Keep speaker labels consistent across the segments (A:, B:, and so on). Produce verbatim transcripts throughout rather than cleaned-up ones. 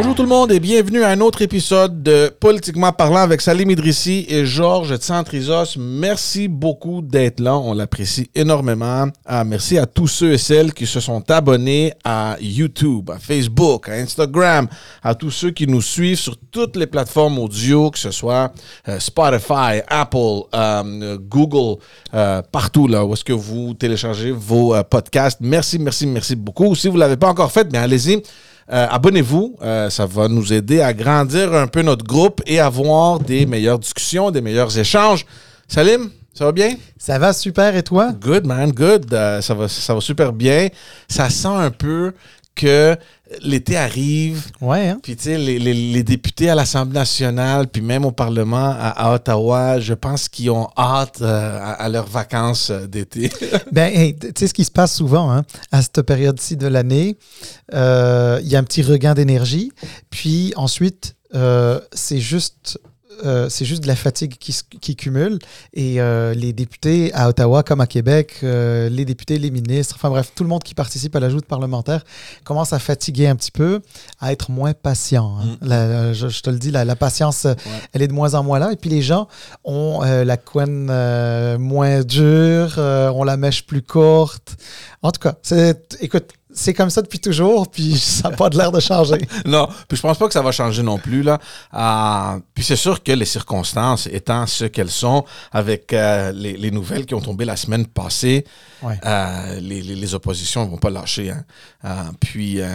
A: Bonjour tout le monde et bienvenue à un autre épisode de Politiquement parlant avec Salim Idrissi et Georges Tsantrizos. Merci beaucoup d'être là, on l'apprécie énormément. Ah, merci à tous ceux et celles qui se sont abonnés à YouTube, à Facebook, à Instagram, à tous ceux qui nous suivent sur toutes les plateformes audio, que ce soit euh, Spotify, Apple, euh, Google, euh, partout là où est-ce que vous téléchargez vos euh, podcasts. Merci, merci, merci beaucoup. Si vous ne l'avez pas encore fait, bien allez-y. Euh, abonnez-vous, euh, ça va nous aider à grandir un peu notre groupe et avoir des meilleures discussions, des meilleurs échanges. Salim, ça va bien?
B: Ça va super, et toi?
A: Good, man, good. Euh, ça va, ça va super bien. Ça sent un peu que l'été arrive.
B: Ouais, hein?
A: Puis, tu sais, les, les, les députés à l'Assemblée nationale, puis même au Parlement à, à Ottawa, je pense qu'ils ont hâte euh, à, à leurs vacances euh, d'été.
B: Ben, hey, tu sais ce qui se passe souvent, hein, à cette période-ci de l'année, il euh, y a un petit regain d'énergie, puis ensuite, euh, c'est juste... Euh, c'est juste de la fatigue qui, qui cumule et euh, les députés à Ottawa comme à Québec, euh, les députés, les ministres, enfin bref, tout le monde qui participe à la joute parlementaire commence à fatiguer un petit peu, à être moins patient. Hein. Mm. La, je, je te le dis, la, la patience, ouais. Elle est de moins en moins là et puis les gens ont euh, la couenne euh, moins dure, euh, ont la mèche plus courte. En tout cas, c'est, écoute, c'est comme ça depuis toujours, puis ça n'a pas de l'air de changer.
A: Non, puis je pense pas que ça va changer non plus, là. Euh, puis c'est sûr que les circonstances étant ce qu'elles sont, avec euh, les, les nouvelles qui ont tombé la semaine passée, ouais. euh, les, les, les oppositions ne vont pas lâcher. Hein. Euh, puis euh,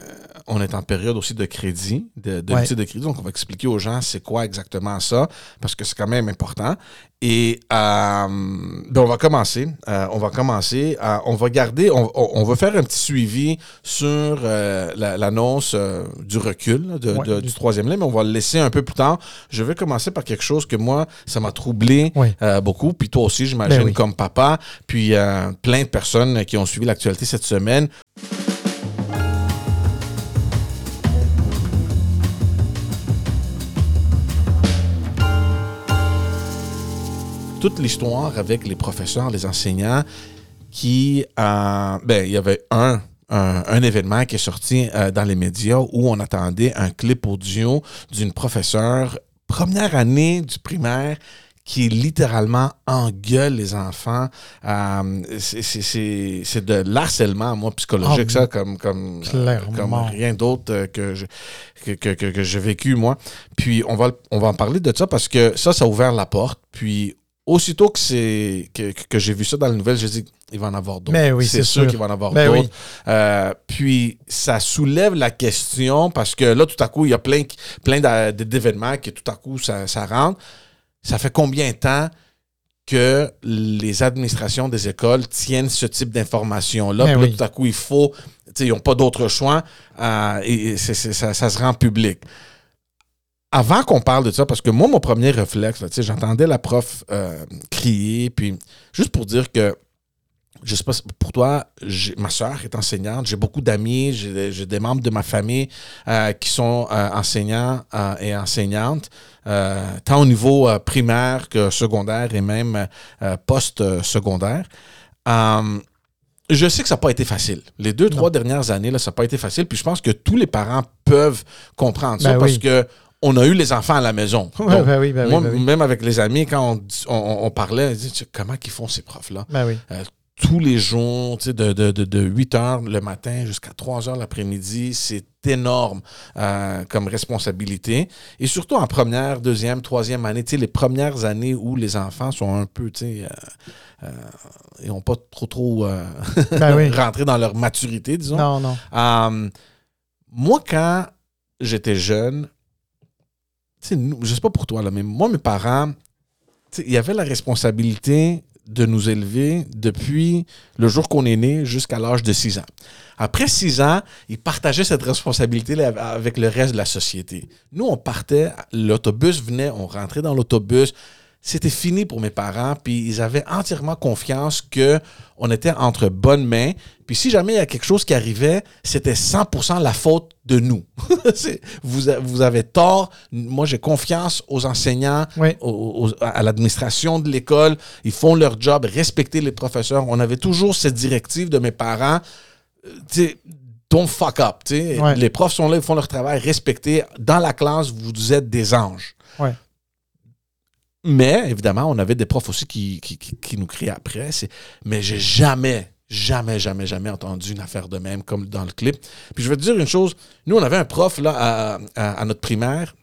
A: on est en période aussi de crédit, de, de ouais. l'outil de crédit, donc on va expliquer aux gens c'est quoi exactement ça, parce que c'est quand même important. Et euh, ben on va commencer. Euh, on va commencer. Euh, on va garder. On, on va faire un petit suivi sur euh, la, l'annonce euh, du recul là, de, ouais. de, du troisième lien, mais on va le laisser un peu plus tard. Je vais commencer par quelque chose que moi, ça m'a troublé ouais. euh, beaucoup. Puis toi aussi, j'imagine, ben oui. comme papa. Puis euh, plein de personnes qui ont suivi l'actualité cette semaine. Toute l'histoire avec les professeurs, les enseignants, qui, euh, ben, il y avait un, un, un événement qui est sorti euh, dans les médias où on attendait un clip audio d'une professeure première année du primaire qui littéralement engueule les enfants. Euh, c'est, c'est, c'est, c'est de l'harcèlement, moi, psychologique, oh, ça, comme, comme, euh, comme rien d'autre que, je, que, que, que, que j'ai vécu, moi. Puis, on va, on va en parler de ça parce que ça, ça a ouvert la porte. Puis, aussitôt que, c'est, que, que j'ai vu ça dans les nouvelles, j'ai dit il va en avoir d'autres.
B: Mais oui,
A: c'est,
B: c'est
A: sûr, sûr qu'il va en avoir
B: Mais
A: d'autres.
B: Oui.
A: Euh, puis, ça soulève la question parce que là, tout à coup, il y a plein, plein d'événements qui, tout à coup, ça, ça rentre. Ça fait combien de temps que les administrations des écoles tiennent ce type d'informations-là? Puis là, oui. tout à coup, il faut... Ils n'ont pas d'autre choix euh, et c'est, c'est, ça, ça se rend public. Avant qu'on parle de ça, parce que moi, mon premier réflexe, là, j'entendais la prof euh, crier, puis juste pour dire que, je sais pas, pour toi, j'ai, ma soeur est enseignante, j'ai beaucoup d'amis, j'ai, j'ai des membres de ma famille euh, qui sont euh, enseignants euh, et enseignantes, euh, tant au niveau euh, primaire que secondaire et même euh, post-secondaire. Euh, je sais que ça n'a pas été facile. Les deux, non. trois dernières années, là, ça n'a pas été facile, puis je pense que tous les parents peuvent comprendre ça, ben parce oui. que on a eu les enfants à la maison.
B: Ouais,
A: Donc,
B: ben oui, ben
A: moi,
B: oui, ben oui.
A: même avec les amis, quand on, on, on parlait, on disait, comment ils font ces profs-là?
B: Ben oui.
A: Euh, tous les jours, de, de, de, de huit heures le matin jusqu'à trois heures l'après-midi, c'est énorme euh, comme responsabilité. Et surtout en première, deuxième, troisième année, les premières années où les enfants sont un peu, tu sais, euh, euh, ils n'ont pas trop, trop euh, ben oui. rentré dans leur maturité, disons.
B: Non, non.
A: Euh, moi, quand j'étais jeune, je ne sais pas pour toi, là, mais moi, mes parents, il y avait la responsabilité de nous élever depuis le jour qu'on est né jusqu'à l'âge de six ans. Après six ans, ils partageaient cette responsabilité avec le reste de la société. Nous, on partait, l'autobus venait, on rentrait dans l'autobus. C'était fini pour mes parents, puis ils avaient entièrement confiance qu'on était entre bonnes mains. Puis si jamais il y a quelque chose qui arrivait, c'était cent pour cent la faute de nous. vous, vous avez tort. Moi, j'ai confiance aux enseignants, oui. aux, aux, à l'administration de l'école. Ils font leur job, respecter les professeurs. On avait toujours cette directive de mes parents. Tu sais, don't fuck up. Ouais. Les profs sont là, ils font leur travail, respectez. Dans la classe, vous êtes des anges.
B: Ouais.
A: Mais, évidemment, on avait des profs aussi qui, qui, qui, qui nous criaient après. C'est... Mais j'ai jamais, jamais, jamais, jamais entendu une affaire de même comme dans le clip. Puis je vais te dire une chose. Nous, on avait un prof là à, à, à notre primaire.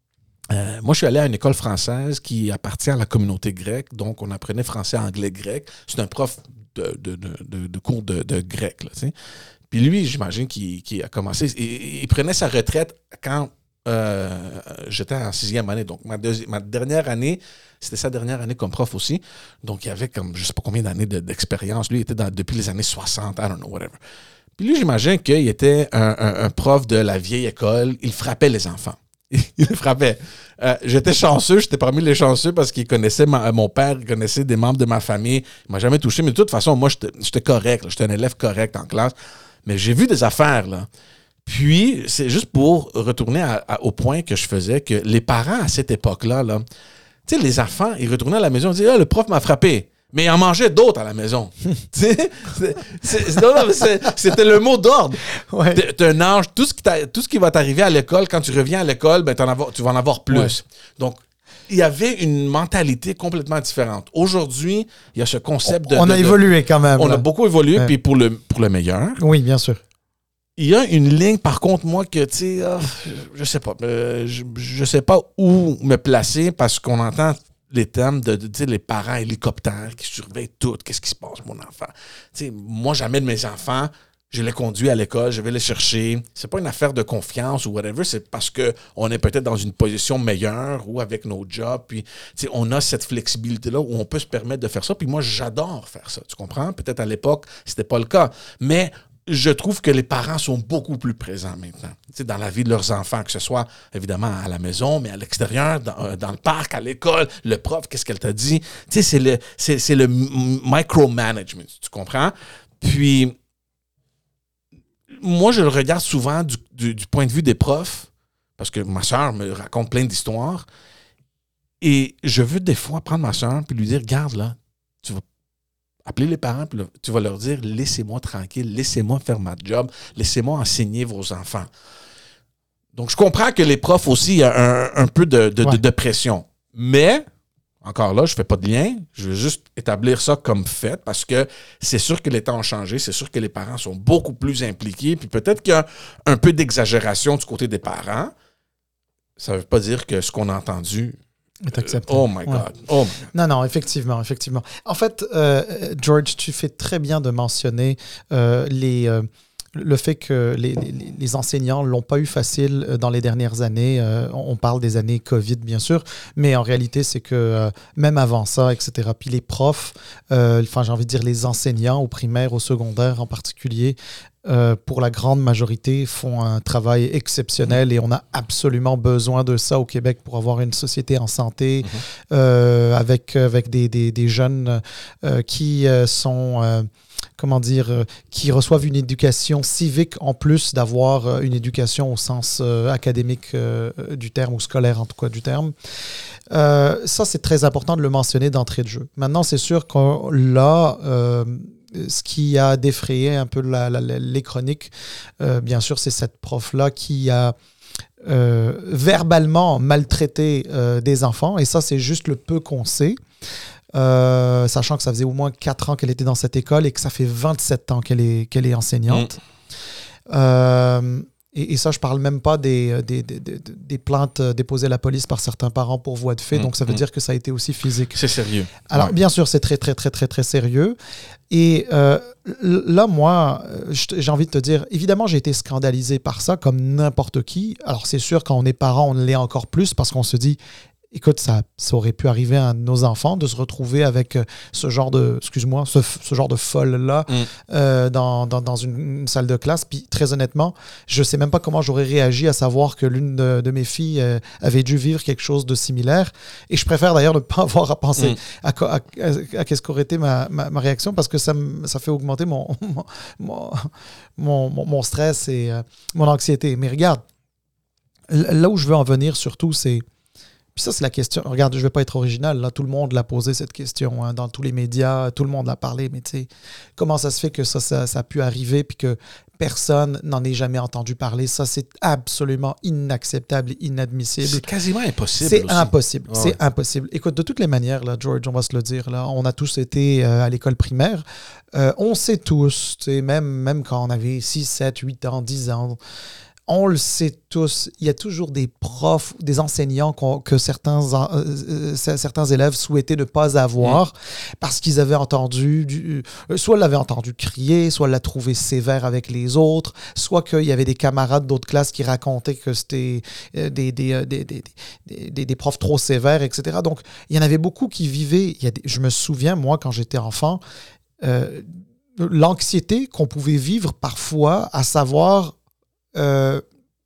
A: Euh, moi, je suis allé à une école française qui appartient à la communauté grecque. Donc, on apprenait français, anglais, grec. C'est un prof de, de, de, de, de cours de, de grec. Là, tu sais. Puis lui, j'imagine qu'il, qu'il a commencé... Il, il prenait sa retraite quand... Euh, j'étais en sixième année, donc ma, deuxi- ma dernière année, c'était sa dernière année comme prof aussi. Donc, il y avait comme, je sais pas combien d'années de, d'expérience. Lui, il était dans, depuis les années soixante, I don't know, whatever. Puis lui, j'imagine qu'il était un, un, un prof de la vieille école. Il frappait les enfants. Il les frappait. Euh, j'étais chanceux, j'étais parmi les chanceux parce qu'il connaissait ma, mon père, il connaissait des membres de ma famille. Il m'a jamais touché, mais de toute façon, moi, j'étais, j'étais correct. Là, j'étais un élève correct en classe. Mais j'ai vu des affaires, là. Puis, c'est juste pour retourner à, à, au point que je faisais, que les parents, à cette époque-là, là, tu sais, les enfants, ils retournaient à la maison, ils disaient « Ah, le prof m'a frappé ». Mais il en mangeait d'autres à la maison. c'est, c'est, non, non, c'est, c'était le mot d'ordre. Ouais. T'es, t'es un ange. Tout ce, qui tout ce qui va t'arriver à l'école, quand tu reviens à l'école, ben, t'en avoir, tu vas en avoir plus. Ouais. Donc, il y avait une mentalité complètement différente. Aujourd'hui, il y a ce concept de...
B: On
A: de,
B: a
A: de,
B: évolué quand même.
A: On
B: là.
A: a beaucoup évolué,
B: ouais.
A: Puis pour le, pour le meilleur.
B: Oui, bien sûr.
A: Il y a une ligne, par contre, moi, que, tu sais, oh, je sais pas, euh, je, je sais pas où me placer parce qu'on entend les termes de, de, de les parents hélicoptères qui surveillent tout, qu'est-ce qui se passe, mon enfant. Tu sais, moi, jamais de mes enfants, je les conduis à l'école, je vais les chercher. C'est pas une affaire de confiance ou whatever, c'est parce qu'on est peut-être dans une position meilleure ou avec nos jobs, puis, tu sais, on a cette flexibilité-là où on peut se permettre de faire ça, puis moi, j'adore faire ça, tu comprends? Peut-être à l'époque, c'était pas le cas, mais... Je trouve que les parents sont beaucoup plus présents maintenant, tu sais, dans la vie de leurs enfants, que ce soit évidemment à la maison, mais à l'extérieur, dans, euh, dans le parc, à l'école, le prof, qu'est-ce qu'elle t'a dit? Tu sais, c'est le, c'est, c'est le micromanagement, tu comprends? Puis, moi, je le regarde souvent du, du, du point de vue des profs, parce que ma soeur me raconte plein d'histoires, et je veux des fois prendre ma soeur et lui dire, regarde là, tu vas appeler les parents, puis tu vas leur dire « Laissez-moi tranquille, laissez-moi faire ma job, laissez-moi enseigner vos enfants. » Donc, je comprends que les profs aussi, il y a un, un peu de, de, ouais. de, de pression. Mais, encore là, je ne fais pas de lien. Je veux juste établir ça comme fait parce que c'est sûr que les temps ont changé. C'est sûr que les parents sont beaucoup plus impliqués. Puis peut-être qu'il y a un peu d'exagération du côté des parents. Ça ne veut pas dire que ce qu'on a entendu...
B: est accepté.
A: Oh my God. Ouais. Oh my God.
B: Non, non, effectivement, effectivement. En fait, euh, George, tu fais très bien de mentionner euh, les, euh, le fait que les, les, les enseignants ne l'ont pas eu facile dans les dernières années. Euh, on parle des années COVID, bien sûr, mais en réalité, c'est que euh, même avant ça, et cetera. Puis les profs, euh, enfin, j'ai envie de dire les enseignants au primaire, au secondaire en particulier, Euh, pour la grande majorité, font un travail exceptionnel et on a absolument besoin de ça au Québec pour avoir une société en santé, mm-hmm. euh, avec, avec des, des, des jeunes euh, qui euh, sont... Euh, comment dire, euh, qui reçoivent une éducation civique en plus d'avoir euh, une éducation au sens euh, académique euh, du terme, ou scolaire en tout cas du terme. Euh, ça, c'est très important de le mentionner d'entrée de jeu. Maintenant, c'est sûr que là... Euh, ce qui a défrayé un peu la, la, les chroniques, euh, bien sûr, c'est cette prof-là qui a euh, verbalement maltraité euh, des enfants. Et ça, c'est juste le peu qu'on sait. Euh, sachant que ça faisait au moins quatre ans qu'elle était dans cette école et que ça fait vingt-sept ans qu'elle est, qu'elle est enseignante. Mmh. Euh, Et, et ça, je ne parle même pas des, des, des, des, des plaintes déposées à la police par certains parents pour voie de fait. Mmh, donc, ça veut mmh. dire que ça a été aussi physique.
A: C'est sérieux.
B: Alors,
A: ouais.
B: bien sûr, c'est très, très, très, très, très sérieux. Et euh, là, moi, j'ai envie de te dire, évidemment, j'ai été scandalisé par ça, comme n'importe qui. Alors, c'est sûr, quand on est parent, on l'est encore plus parce qu'on se dit... Écoute, ça, ça aurait pu arriver à nos enfants de se retrouver avec ce genre de, excuse-moi, ce, ce genre de folle-là mm. euh, dans, dans, dans une, une salle de classe. Puis très honnêtement, je ne sais même pas comment j'aurais réagi à savoir que l'une de, de mes filles euh, avait dû vivre quelque chose de similaire. Et je préfère d'ailleurs ne pas avoir à penser mm. à, à, à, à qu'est-ce qu'aurait été ma, ma, ma réaction parce que ça, ça fait augmenter mon, mon, mon, mon, mon stress et euh, mon anxiété. Mais regarde, là où je veux en venir surtout, c'est Puis ça, c'est la question. Regarde, je ne vais pas être original. Là, tout le monde l'a posé, cette question, hein, dans tous les médias. Tout le monde l'a parlé. Mais tu sais, comment ça se fait que ça, ça, ça a pu arriver puis que personne n'en ait jamais entendu parler? Ça, c'est absolument inacceptable et inadmissible.
A: C'est quasiment impossible.
B: C'est
A: aussi.
B: impossible.
A: Ouais.
B: C'est impossible. Écoute, de toutes les manières, là, George, on va se le dire, là, on a tous été euh, à l'école primaire. Euh, on sait tous, tu sais, même, même quand on avait six, sept, huit ans, dix ans, on le sait tous, il y a toujours des profs, des enseignants qu'on, que certains, euh, euh, certains élèves souhaitaient ne pas avoir mmh. parce qu'ils avaient entendu, du, euh, soit l'avaient entendu crier, soit l'a trouvé sévère avec les autres, soit qu'il y avait des camarades d'autres classes qui racontaient que c'était euh, des, des, euh, des, des, des, des, des profs trop sévères, et cetera. Donc, il y en avait beaucoup qui vivaient, il y a des, je me souviens, moi, quand j'étais enfant, euh, l'anxiété qu'on pouvait vivre parfois, à savoir Euh,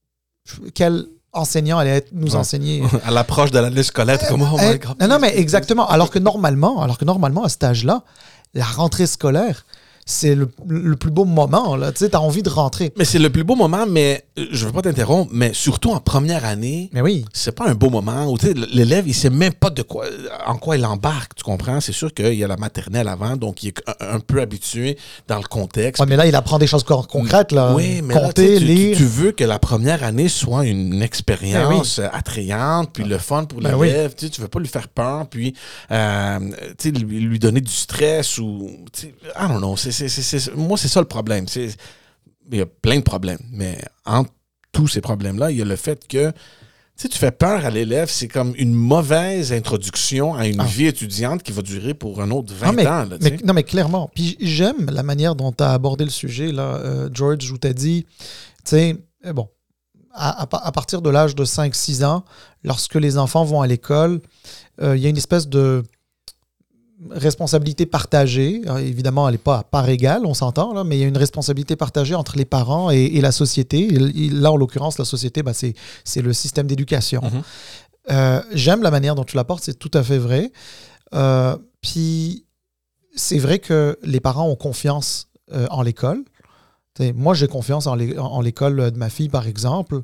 B: quel enseignant allait être, nous ouais. enseigner.
A: À l'approche de l'année scolaire, comment on
B: euh, euh, Non, mais exactement. Alors que normalement, alors que normalement, à cet âge-là, la rentrée scolaire, c'est le, le plus beau moment. Tu sais, tu as envie de rentrer.
A: Mais c'est le plus beau moment, mais je veux pas t'interrompre, mais surtout en première année,
B: mais oui.
A: c'est pas un beau moment où l'élève, il sait même pas de quoi, en quoi il embarque, tu comprends? C'est sûr qu'il y a la maternelle avant, donc il est un, un peu habitué dans le contexte.
B: Oui, mais là, il apprend des choses concrètes. Là.
A: Oui, mais
B: compter,
A: là, tu,
B: lire.
A: Tu, tu veux que la première année soit une expérience oui. attrayante, puis le fun pour ben l'élève. Oui. Tu veux pas lui faire peur, puis euh, lui, lui donner du stress ou... I don't know, c'est, c'est, c'est, c'est, moi, c'est ça le problème. C'est, il y a plein de problèmes, mais entre tous ces problèmes-là, il y a le fait que tu sais, tu fais peur à l'élève, c'est comme une mauvaise introduction à une ah. vie étudiante qui va durer pour un autre vingt
B: non, mais,
A: ans. Là,
B: mais, non, mais clairement. Puis j'aime la manière dont tu as abordé le sujet, là, euh, George, où tu as dit, tu sais, bon, à, à, à partir de l'âge de cinq six ans, lorsque les enfants vont à l'école, il euh, y a une espèce de responsabilité partagée. Alors, évidemment, elle n'est pas à part égale, on s'entend, là, mais il y a une responsabilité partagée entre les parents et, et la société. Et là, en l'occurrence, la société, ben, c'est, c'est le système d'éducation. Mm-hmm. Euh, j'aime la manière dont tu l'apportes, c'est tout à fait vrai. Euh, puis, c'est vrai que les parents ont confiance euh, en l'école. T'sais, moi, j'ai confiance en, l'é- en l'école de ma fille, par exemple.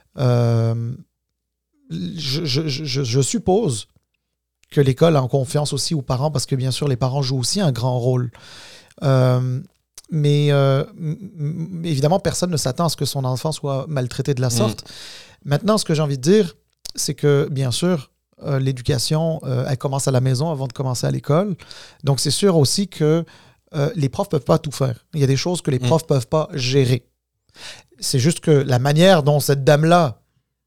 B: Euh, je, je, je, je suppose que l'école a confiance aussi aux parents, parce que bien sûr, les parents jouent aussi un grand rôle. Euh, mais euh, m- évidemment, personne ne s'attend à ce que son enfant soit maltraité de la sorte. Mmh. Maintenant, ce que j'ai envie de dire, c'est que, bien sûr, euh, l'éducation, euh, elle commence à la maison avant de commencer à l'école. Donc, c'est sûr aussi que euh, les profs ne peuvent pas tout faire. Il y a des choses que les profs ne mmh. peuvent pas gérer. C'est juste que la manière dont cette dame-là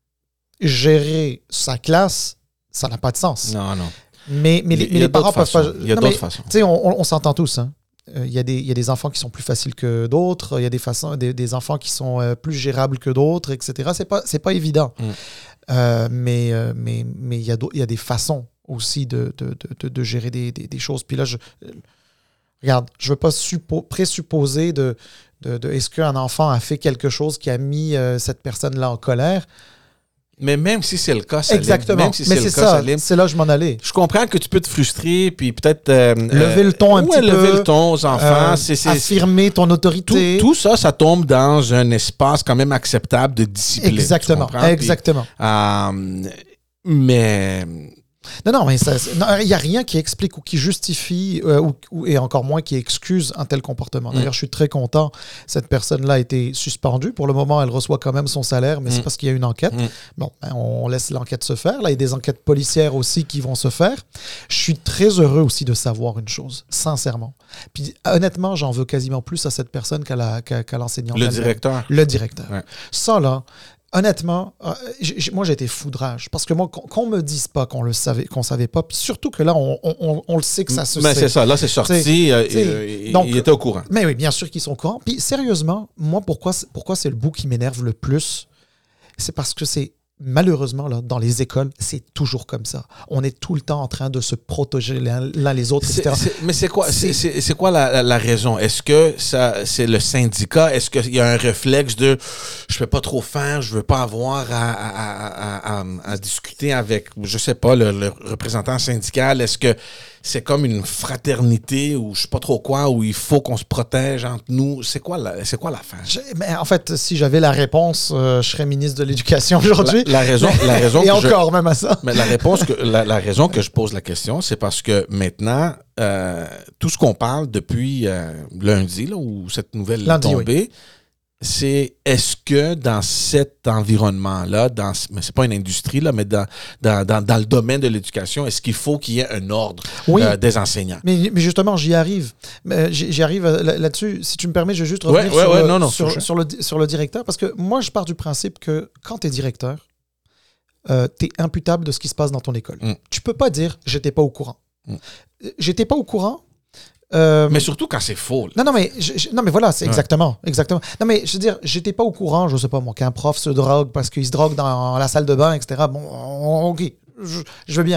B: gérait sa classe, ça n'a pas de sens.
A: Non, non.
B: Mais, mais, les, mais les parents peuvent pas...
A: Il y a
B: non,
A: d'autres
B: mais,
A: façons.
B: Tu sais, on, on, on s'entend tous. Hein. Euh, il y a des, il y a des enfants qui sont plus faciles que d'autres. Il y a des, façons, des, des enfants qui sont euh, plus gérables que d'autres, et cetera. C'est pas, c'est pas évident. Mm. Euh, mais, euh, mais, mais il y a, il y a des façons aussi de, de, de, de gérer des, des, des choses. Puis là, je... Euh, regarde, je veux pas suppo- présupposer de, de, de... Est-ce qu'un enfant a fait quelque chose qui a mis euh, cette personne-là en colère?
A: Mais même si c'est le cas, Salim,
B: exactement.
A: Même si
B: mais
A: c'est,
B: c'est
A: le
B: ça,
A: cas, Salim,
B: c'est là que je m'en allais.
A: Je comprends que tu peux te frustrer, puis peut-être... Euh,
B: lever le ton un
A: ouais,
B: petit
A: lever
B: peu.
A: le ton aux enfants.
B: Euh,
A: c'est, c'est,
B: affirmer ton autorité.
A: Tout, tout ça, ça tombe dans un espace quand même acceptable de discipline.
B: Exactement, exactement.
A: Puis, euh, mais...
B: Non, non, mais il n'y a rien qui explique ou qui justifie, euh, ou, ou, et encore moins qui excuse un tel comportement. D'ailleurs, mmh. je suis très content. Cette personne-là a été suspendue. Pour le moment, elle reçoit quand même son salaire, mais mmh. c'est parce qu'il y a une enquête. Mmh. Bon, ben, on laisse l'enquête se faire. Là, il y a des enquêtes policières aussi qui vont se faire. Je suis très heureux aussi de savoir une chose, sincèrement. Puis, honnêtement, j'en veux quasiment plus à cette personne qu'à, la, qu'à, qu'à l'enseignant.
A: Le directeur.
B: Le directeur.
A: Ouais.
B: Ça, là... Honnêtement, euh, j'ai, moi, j'ai été foudrage. Parce que moi, qu'on, qu'on me dise pas qu'on le savait, qu'on savait pas, puis surtout que là, on, on, on le sait que ça se
A: mais
B: sait.
A: c'est ça, là, c'est sorti, euh, euh, donc, il était au courant.
B: Mais oui, bien sûr qu'ils sont au courant. Puis sérieusement, moi, pourquoi, pourquoi c'est le bout qui m'énerve le plus? C'est parce que c'est, malheureusement, là, dans les écoles, c'est toujours comme ça. On est tout le temps en train de se protéger l'un, l'un les autres, et cetera.
A: C'est, c'est, mais c'est quoi, c'est, c'est, c'est quoi la, la, la raison? Est-ce que ça, c'est le syndicat? Est-ce qu'il y a un réflexe de je ne peux pas trop faire, je ne veux pas avoir à, à, à, à, à discuter avec, je ne sais pas, le, le représentant syndical? Est-ce que c'est comme une fraternité ou je sais pas trop quoi, où il faut qu'on se protège entre nous. C'est quoi la, c'est quoi l'affaire?
B: Je- mais en fait, si j'avais la réponse, euh, je serais ministre de l'Éducation aujourd'hui.
A: La, la raison, la raison
B: Et
A: que je-
B: encore, même à ça.
A: Mais la réponse que la, la raison que je pose la question, c'est parce que maintenant, euh, tout ce qu'on parle depuis euh, lundi, là, où cette nouvelle est
B: Lundi,
A: tombée, c'est est-ce que dans cet environnement-là, dans, mais c'est pas une industrie, là, mais dans, dans, dans, dans le domaine de l'éducation, est-ce qu'il faut qu'il y ait un ordre
B: Oui.
A: euh, des enseignants?
B: Mais, mais justement, j'y arrive. Mais J'y j'y arrive là- là-dessus. Si tu me permets, je vais juste revenir
A: Ouais, ouais,
B: sur,
A: ouais,
B: le,
A: non, non,
B: sur,
A: c'est
B: sur le, sur le directeur. Parce que moi, je pars du principe que quand tu es directeur, euh, tu es imputable de ce qui se passe dans ton école.
A: Mm.
B: Tu peux pas dire « j'étais pas au courant
A: Mm. ».
B: J'étais pas au courant. euh,
A: Mais surtout quand c'est faux. là.
B: Non, non, mais, je- je- non, mais voilà, c'est
A: Ouais.
B: exactement, exactement. Non, mais je veux dire, j'étais pas au courant, je sais pas, moi, qu'un prof se drogue parce qu'il se drogue dans la salle de bain, et cetera. Bon, ok, je, je veux bien.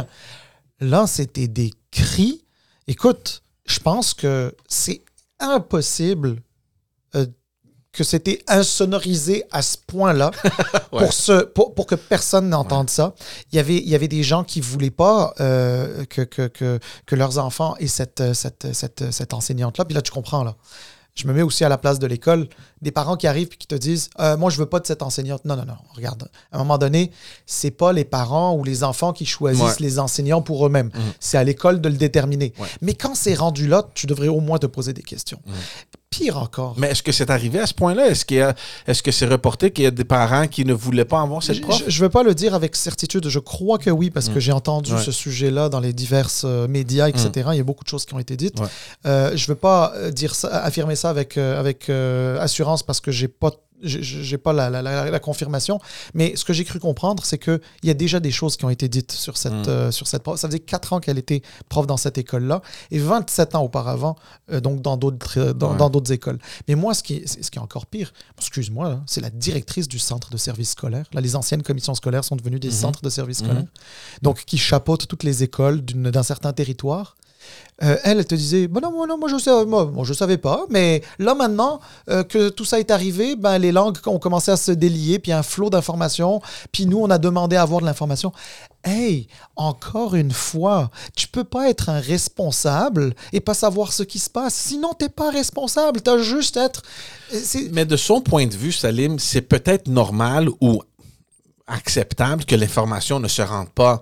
B: Là, c'était des cris. Écoute, je pense que c'est impossible euh, que c'était insonorisé à ce point-là
A: Ouais.
B: pour, ce, pour, pour que personne n'entende ça. Il y avait, il y avait des gens qui voulaient pas euh, que, que, que, que leurs enfants aient cette, cette, cette, cette enseignante-là. Puis là, tu comprends, là. Je me mets aussi à la place de l'école. Des parents qui arrivent et qui te disent euh, moi, je veux pas de cette enseignante. Non, non, non. Regarde, à un moment donné, c'est pas les parents ou les enfants qui choisissent
A: Ouais.
B: les enseignants pour eux-mêmes.
A: Mhm.
B: C'est à l'école de le déterminer.
A: Ouais.
B: Mais quand c'est rendu là, tu devrais au moins te poser des questions.
A: Mhm.
B: Pire encore.
A: Mais est-ce que c'est arrivé à ce point-là? Est-ce qu'il y a, est-ce que c'est reporté qu'il y a des parents qui ne voulaient pas avoir cette prof?
B: Je ne veux pas le dire avec certitude. Je crois que oui, parce
A: Mm.
B: que j'ai entendu
A: Ouais.
B: ce sujet-là dans les divers euh, médias, et cetera. Il y a beaucoup de choses qui ont été dites.
A: Ouais.
B: Euh, je ne veux pas euh, dire ça, affirmer ça avec, euh, avec euh, assurance parce que j'ai pas j'ai- j'ai pas la, la, la, la confirmation, mais ce que j'ai cru comprendre, c'est qu'il y a déjà des choses qui ont été dites sur cette,
A: Mm.
B: euh, sur cette prof. Ça faisait quatre ans qu'elle était prof dans cette école-là et vingt-sept ans auparavant, euh, donc dans d'autres euh, dans,
A: Ouais.
B: dans d'autres écoles. Mais moi, ce qui est, ce qui est encore pire, excuse-moi, là, c'est la directrice du centre de service scolaire. Là, les anciennes commissions scolaires sont devenues des
A: Mhm.
B: centres de service
A: Mhm.
B: scolaire, donc qui chapeautent toutes les écoles d'une- d'un certain territoire. Euh, elle, elle te disait, bon non, moi, non, moi je sais, moi, moi, je savais pas, mais là maintenant euh, que tout ça est arrivé, ben les langues ont commencé à se délier, puis un flot d'informations, puis nous on a demandé à avoir de l'information. Hey, encore une fois, tu peux pas être un responsable et pas savoir ce qui se passe. Sinon t'es pas responsable, t'as juste être. c'est-
A: Mais de son point de vue, Salim, c'est peut-être normal ou acceptable que l'information ne se rende pas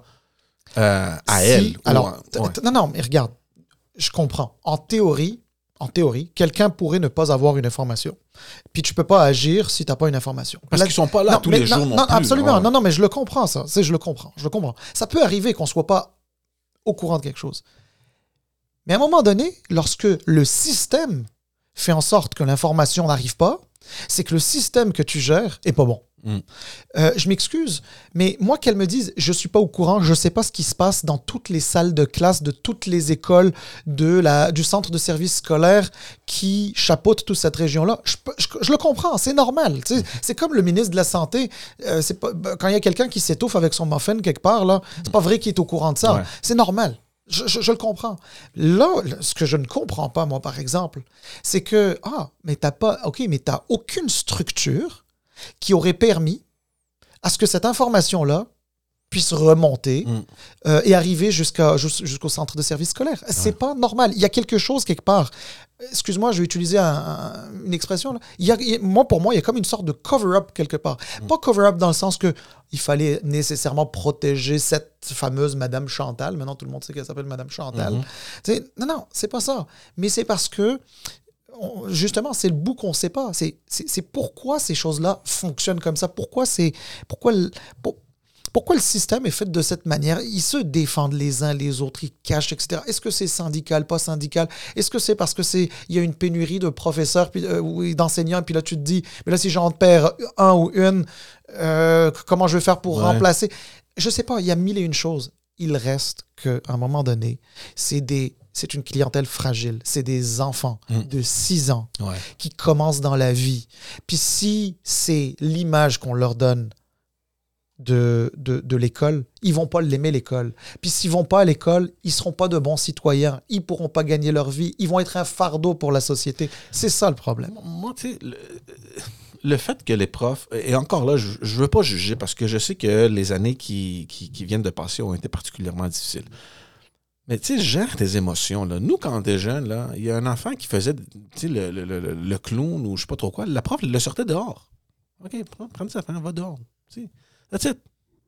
A: euh, à
B: Si-
A: elle. ou
B: Alors,
A: en-
B: t-
A: ouais.
B: t- non, non, mais regarde, je comprends. En théorie, en théorie, quelqu'un pourrait ne pas avoir une information. Puis tu peux pas agir si tu n'as pas une information.
A: Parce
B: Là-
A: qu'ils sont pas là
B: non,
A: tous
B: mais
A: les jours non,
B: non,
A: plus.
B: absolument.
A: Ouais.
B: Non, non, mais je le comprends, ça. C'est, je le comprends. Je le comprends. Ça peut arriver qu'on soit pas au courant de quelque chose. Mais à un moment donné, lorsque le système fait en sorte que l'information n'arrive pas, c'est que le système que tu gères est pas bon.
A: Mm.
B: Euh, je m'excuse, mais moi qu'elle me dise je suis pas au courant, je sais pas ce qui se passe dans toutes les salles de classe de toutes les écoles de la, du centre de service scolaire qui chapeaute toute cette région-là, je, peux- je, je le comprends, c'est normal. Tu sais, c'est comme le ministre de la Santé, euh, c'est pas, ben, quand il y a quelqu'un qui s'étouffe avec son muffin quelque part, là, c'est pas vrai qu'il est au courant de ça.
A: Ouais.
B: C'est normal. Je, je- je le comprends. Là, le- ce que je ne comprends pas, moi, par exemple, c'est que, ah, mais t'as pas, ok, mais t'as aucune structure qui aurait permis à ce que cette information-là puisse remonter
A: Mm.
B: euh, et arriver jusqu'à, jus- jusqu'au centre de service scolaire. C'est pas normal. Il y a quelque chose quelque part. Excuse-moi, je vais utiliser un- un- une expression. Là. Il y a, il y a- moi, pour moi, il y a comme une sorte de cover-up quelque part. Pas cover-up dans le sens que il fallait nécessairement protéger cette fameuse Madame Chantal. Maintenant, tout le monde sait qu'elle s'appelle Madame Chantal.
A: Mhm.
B: Tu sais, non, non, c'est pas ça. Mais c'est parce que on- justement, c'est le bout qu'on ne sait pas. C'est, c'est, c'est pourquoi ces choses-là fonctionnent comme ça. Pourquoi, c'est, pourquoi, le, pour- pourquoi le système est fait de cette manière. Ils se défendent les uns les autres, ils cachent, et cetera. Est-ce que c'est syndical, pas syndical? Est-ce que c'est parce que c'est il y a une pénurie de professeurs puis, euh, ou d'enseignants, puis là, tu te dis, mais là, si j'en perds un ou une, euh, comment je vais faire pour
A: Ouais.
B: remplacer? Je sais pas, il y a mille et une choses. Il reste qu'à un moment donné, c'est des... C'est une clientèle fragile. C'est des enfants
A: Mm.
B: de six ans
A: Ouais.
B: qui commencent dans la vie. Puis si c'est l'image qu'on leur donne de, de, de l'école, ils vont pas l'aimer, l'école. Puis s'ils vont pas à l'école, ils seront pas de bons citoyens. Ils pourront pas gagner leur vie. Ils vont être un fardeau pour la société. C'est ça le problème.
A: Moi, tu sais, le, le fait que les profs, et encore là, je ne veux pas juger parce que je sais que les années qui, qui, qui viennent de passer ont été particulièrement difficiles. Mais tu sais, gère tes émotions. Là. Nous, quand on était jeunes, là, il y a un enfant qui faisait le, le, le, le clown ou je sais pas trop quoi. La prof le sortait dehors. OK, prends, prends ça, va dehors. T'sais. That's it.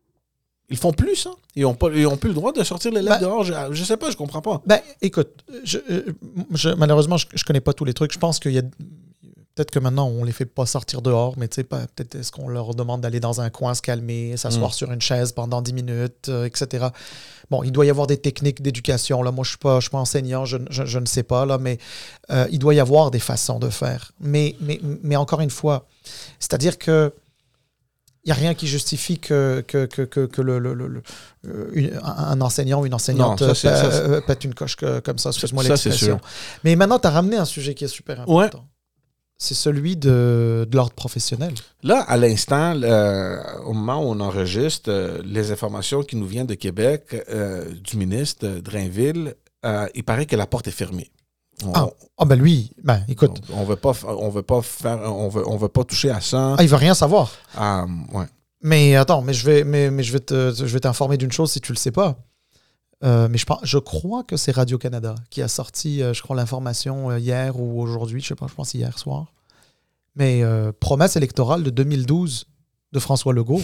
A: Ils font plus ça. Ils n'ont pas, ils ont plus le droit de sortir l'élève ben, dehors. Je, je sais pas, je comprends pas.
B: Ben, écoute, je, je, malheureusement, je, je connais pas tous les trucs. Je pense qu'il y a... Peut-être que maintenant, on les fait pas sortir dehors, mais tu sais, peut-être est-ce qu'on leur demande d'aller dans un coin, se calmer, s'asseoir mmh. sur une chaise pendant dix minutes, euh, et cetera. Bon, il doit y avoir des techniques d'éducation. Là. Moi, je ne suis pas, je suis pas enseignant, je, je, je ne sais pas, là, mais euh, il doit y avoir des façons de faire. Mais, mais, mais encore une fois, c'est-à-dire que il n'y a rien qui justifie que, que, que, que, que le, le, le, le, une, un enseignant ou une enseignante non, ça, pète, ça, pète une coche que, comme ça, excuse-moi ça, l'expression. Mais maintenant, tu as ramené un sujet qui est super important. Ouais. C'est celui de, de l'ordre professionnel. Là,
A: à l'instant, euh, au moment où on enregistre, euh, les informations qui nous viennent de Québec, euh, du ministre de Drainville, euh, il paraît que la porte est fermée.
B: On, ah, ah, ben lui, ben écoute.
A: On, on veut pas, on veut pas faire, on veut, on veut pas toucher à ça.
B: Ah, il veut rien savoir.
A: Ah, ouais.
B: Mais attends, mais je vais, mais, mais je vais te, je vais t'informer d'une chose si tu le sais pas. Euh, mais je, pense, je crois que c'est Radio-Canada qui a sorti, euh, je crois, l'information euh, hier ou aujourd'hui, je sais pas, je pense hier soir. Mais euh, promesse électorale de deux mille douze de François Legault.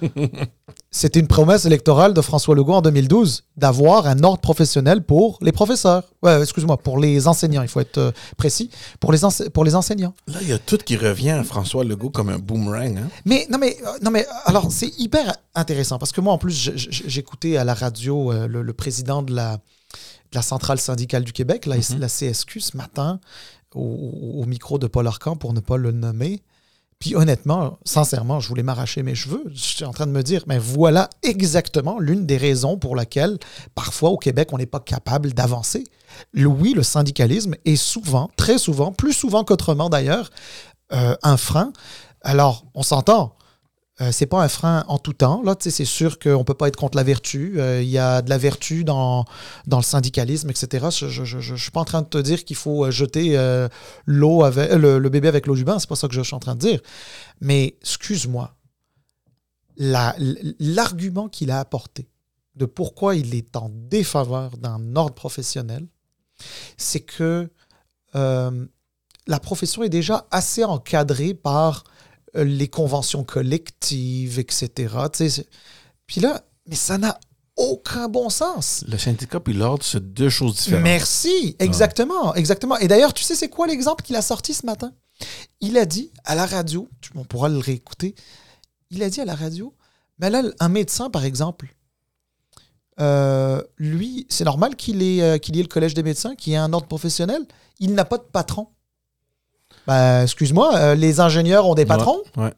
B: C'était une promesse électorale de François Legault en deux mille douze d'avoir un ordre professionnel pour les professeurs. Ouais, excuse-moi, pour les enseignants, il faut être euh, précis. Pour les, ense- pour les enseignants.
A: Là, il y a tout qui revient à François Legault comme un boomerang. Hein?
B: Mais, non, mais, non, mais alors, c'est hyper intéressant parce que moi, en plus, j'écoutais à la radio euh, le, le président de la, de la centrale syndicale du Québec, la, mm-hmm. la C S Q, ce matin, au, au micro de Paul Arcan, pour ne pas le nommer. Puis honnêtement, sincèrement, je voulais m'arracher mes cheveux. Je suis en train de me dire, mais voilà exactement l'une des raisons pour laquelle, parfois au Québec, on n'est pas capable d'avancer. Oui, le syndicalisme est souvent, très souvent, plus souvent qu'autrement d'ailleurs, euh, un frein. Alors, on s'entend. Euh, c'est pas un frein en tout temps. Là, c'est sûr qu'on ne peut pas être contre la vertu. Il euh, y a de la vertu dans, dans le syndicalisme, et cetera. Je ne suis pas en train de te dire qu'il faut jeter euh, l'eau avec, euh, le, le bébé avec l'eau du bain. C'est pas ça que je suis en train de dire. Mais, excuse-moi, la, l'argument qu'il a apporté de pourquoi il est en défaveur d'un ordre professionnel, c'est que euh, la profession est déjà assez encadrée par les conventions collectives, et cetera. Puis là, mais ça n'a aucun bon sens.
A: Le syndicat puis l'ordre, c'est deux choses différentes.
B: Merci, exactement, ah. exactement. Et d'ailleurs, tu sais, c'est quoi l'exemple qu'il a sorti ce matin? Il a dit à la radio, on pourra le réécouter, il a dit à la radio, mais là, un médecin, par exemple, euh, lui, c'est normal qu'il ait, euh, qu'il y ait le collège des médecins, qu'il y ait un ordre professionnel, il n'a pas de patron. Ben, excuse-moi, euh, les ingénieurs ont des patrons?
A: Ouais.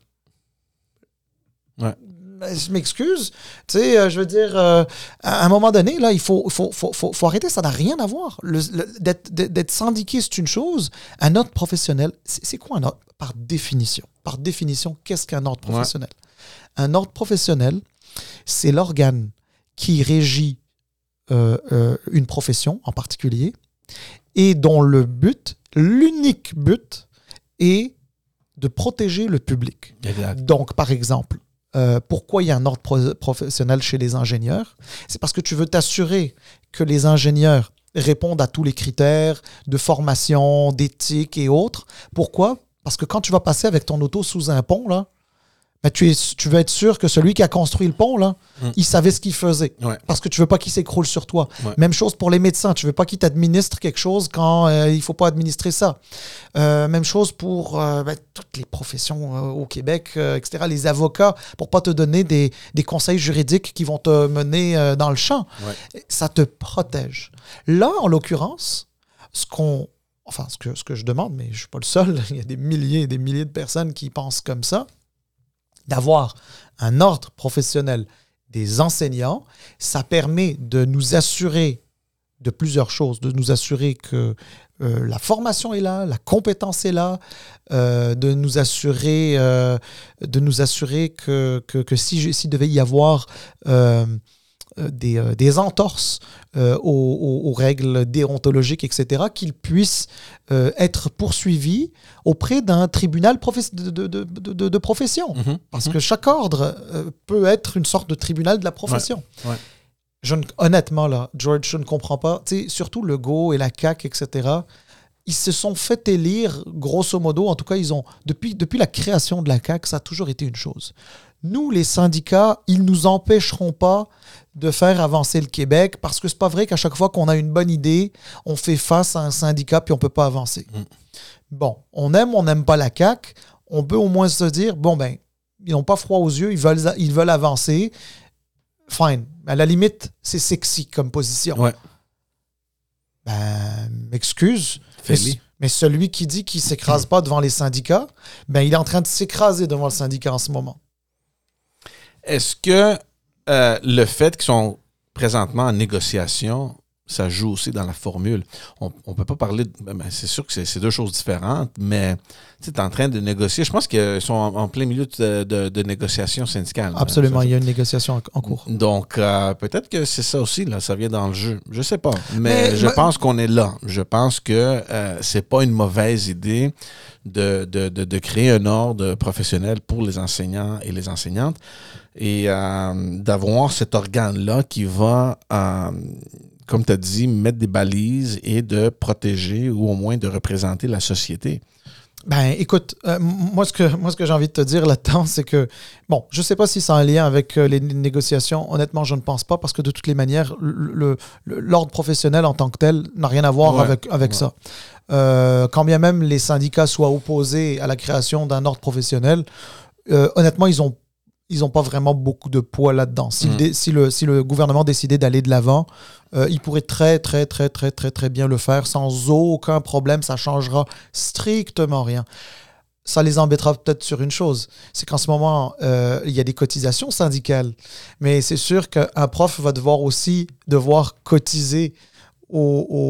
A: ouais. ouais.
B: Ben, je m'excuse. Tu sais, euh, je veux dire, euh, à un moment donné, là, il faut, faut, faut, faut, faut arrêter, ça n'a rien à voir. Le, le, d'être, d'être syndiqué, c'est une chose. Un ordre professionnel, c'est, c'est quoi un ordre? Par définition. Par définition, qu'est-ce qu'un ordre professionnel? Ouais. Un ordre professionnel, c'est l'organe qui régit euh, euh, une profession en particulier et dont le but, l'unique but, et de protéger le public. Exact. Donc, par exemple, euh, pourquoi il y a un ordre pro- professionnel chez les ingénieurs? C'est parce que tu veux t'assurer que les ingénieurs répondent à tous les critères de formation, d'éthique et autres. Pourquoi? Parce que quand tu vas passer avec ton auto sous un pont, là, ben tu, es, tu veux être sûr que celui qui a construit le pont, là, mmh. il savait ce qu'il faisait. Ouais. Parce que tu veux pas qu'il s'écroule sur toi. Ouais. Même chose pour les médecins. Tu veux pas qu'ils t'administrent quelque chose quand euh, il faut pas administrer ça. Euh, même chose pour euh, ben, toutes les professions euh, au Québec, euh, et cetera. Les avocats, pour pas te donner des, des conseils juridiques qui vont te mener euh, dans le champ. Ouais. Ça te protège. Là, en l'occurrence, ce qu'on... Enfin, ce que, ce que je demande, mais je suis pas le seul. Il y a des milliers et des milliers de personnes qui pensent comme ça. D'avoir un ordre professionnel des enseignants, ça permet de nous assurer de plusieurs choses, de nous assurer que euh, la formation est là, la compétence est là, euh, de nous assurer, euh, de nous assurer que, que, que si, s'il devait y avoir euh, des, euh, des entorses euh, aux, aux, aux règles déontologiques, et cetera, qu'ils puissent euh, être poursuivis auprès d'un tribunal professe- de, de, de, de, de profession. Mmh, Parce mmh. que chaque ordre euh, peut être une sorte de tribunal de la profession. Ouais, ouais. Je ne, honnêtement, là, George, je ne comprends pas. Tu sais, surtout Legault et la C A Q, et cetera, ils se sont fait élire, grosso modo, en tout cas, ils ont depuis, depuis la création de la C A Q, ça a toujours été une chose. Nous, les syndicats, ils ne nous empêcheront pas de faire avancer le Québec parce que c'est pas vrai qu'à chaque fois qu'on a une bonne idée, on fait face à un syndicat puis on peut pas avancer. Mm. Bon, on aime, on n'aime pas la C A Q, on peut au moins se dire, bon ben, ils n'ont pas froid aux yeux, ils veulent, ils veulent avancer. Fine. À la limite, c'est sexy comme position.
A: Ouais.
B: Ben, m'excuse, mais, mais celui qui dit qu'il ne s'écrase pas devant les syndicats, ben, il est en train de s'écraser devant le syndicat en ce moment.
A: Est-ce que euh, le fait qu'ils sont présentement en négociation, ça joue aussi dans la formule? On ne peut pas parler... De, ben, c'est sûr que c'est, c'est deux choses différentes, mais tu es en train de négocier. Je pense qu'ils sont en, en plein milieu de, de, de négociations syndicales.
B: Absolument,
A: hein,
B: il y a une négociation en, en cours.
A: Donc, euh, peut-être que c'est ça aussi, là, ça vient dans le jeu. Je sais pas, mais, mais je mais... pense qu'on est là. Je pense que euh, c'est pas une mauvaise idée de, de, de, de créer un ordre professionnel pour les enseignants et les enseignantes et euh, d'avoir cet organe-là qui va... Euh, comme tu as dit, mettre des balises et de protéger ou au moins de représenter la société.
B: Ben, écoute, euh, moi, ce que, moi, ce que j'ai envie de te dire là-dedans, c'est que, bon, je ne sais pas si c'est en lien avec euh, les négociations. Honnêtement, je ne pense pas parce que de toutes les manières, le, le, l'ordre professionnel en tant que tel n'a rien à voir ouais, avec, avec ouais. ça. Euh, quand bien même les syndicats soient opposés à la création d'un ordre professionnel, euh, honnêtement, ils ont ils n'ont pas vraiment beaucoup de poids là-dedans. Si, mmh. le, si, le, si le gouvernement décidait d'aller de l'avant, euh, il pourrait très, très, très, très, très, très bien le faire sans aucun problème. Ça ne changera strictement rien. Ça les embêtera peut-être sur une chose, c'est qu'en ce moment, euh, il y a des cotisations syndicales. Mais c'est sûr qu'un prof va devoir aussi devoir cotiser au,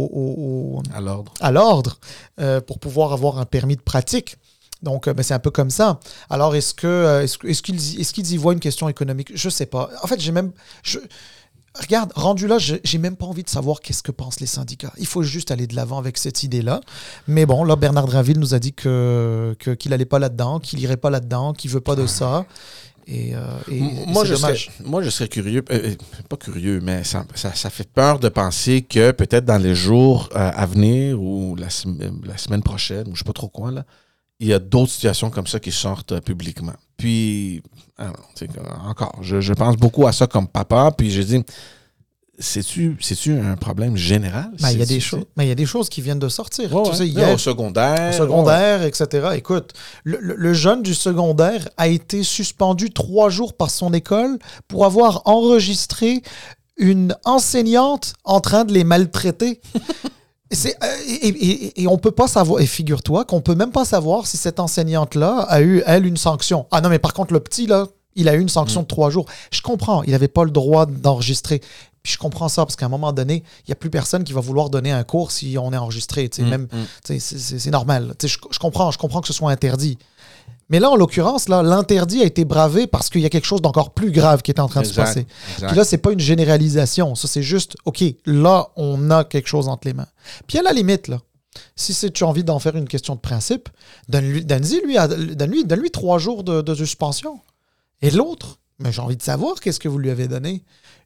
B: au, au,
A: à l'ordre,
B: à l'ordre euh, pour pouvoir avoir un permis de pratique. Donc, ben, c'est un peu comme ça. Alors, est-ce, que, est-ce, est-ce, qu'ils, est-ce qu'ils y voient une question économique? Je ne sais pas. En fait, j'ai même... Je, regarde, rendu là, je, j'ai même pas envie de savoir qu'est-ce que pensent les syndicats. Il faut juste aller de l'avant avec cette idée-là. Mais bon, là, Bernard Drinville nous a dit que, que, qu'il n'allait pas là-dedans, qu'il n'irait pas là-dedans, qu'il ne veut pas de ça. Et, euh, et,
A: moi,
B: et c'est
A: je
B: dommage.
A: Serais, moi, je serais curieux, euh, pas curieux, mais ça, ça, ça fait peur de penser que peut-être dans les jours euh, à venir ou la, la semaine prochaine, ou je ne sais pas trop quoi, là, il y a d'autres situations comme ça qui sortent euh, publiquement. Puis, alors, encore, je, je pense beaucoup à ça comme papa, puis je dis, c'est-tu, c'est-tu un problème général?
B: Ben, il y a des choses, mais il y a des choses qui viennent de sortir.
A: Ouais,
B: tu
A: ouais.
B: sais, hier,
A: au secondaire.
B: Au secondaire, ouais. et cetera. Écoute, le, le, le jeune du secondaire a été suspendu trois jours par son école pour avoir enregistré une enseignante en train de les maltraiter. C'est, et, et, et on peut pas savoir, et figure-toi qu'on peut même pas savoir si cette enseignante-là a eu, elle, une sanction. Ah non, mais par contre, le petit, là, il a eu une sanction mmh. de trois jours. Je comprends, il n'avait pas le droit d'enregistrer. Puis je comprends ça, parce qu'à un moment donné, il n'y a plus personne qui va vouloir donner un cours si on est enregistré. Mmh. Même, mmh. c'est, c'est, c'est normal. Je, je, comprends, je comprends que ce soit interdit. Mais là, en l'occurrence, là, l'interdit a été bravé parce qu'il y a quelque chose d'encore plus grave qui est en train exact, de se passer. Exact. Puis là, c'est pas une généralisation. Ça, c'est juste, OK, là, on a quelque chose entre les mains. Puis à la limite, là, si c'est, tu as envie d'en faire une question de principe, donne-lui, donne-lui, lui, donne-lui, donne-lui trois jours de, de suspension. Et l'autre, mais j'ai envie de savoir qu'est-ce que vous lui avez donné.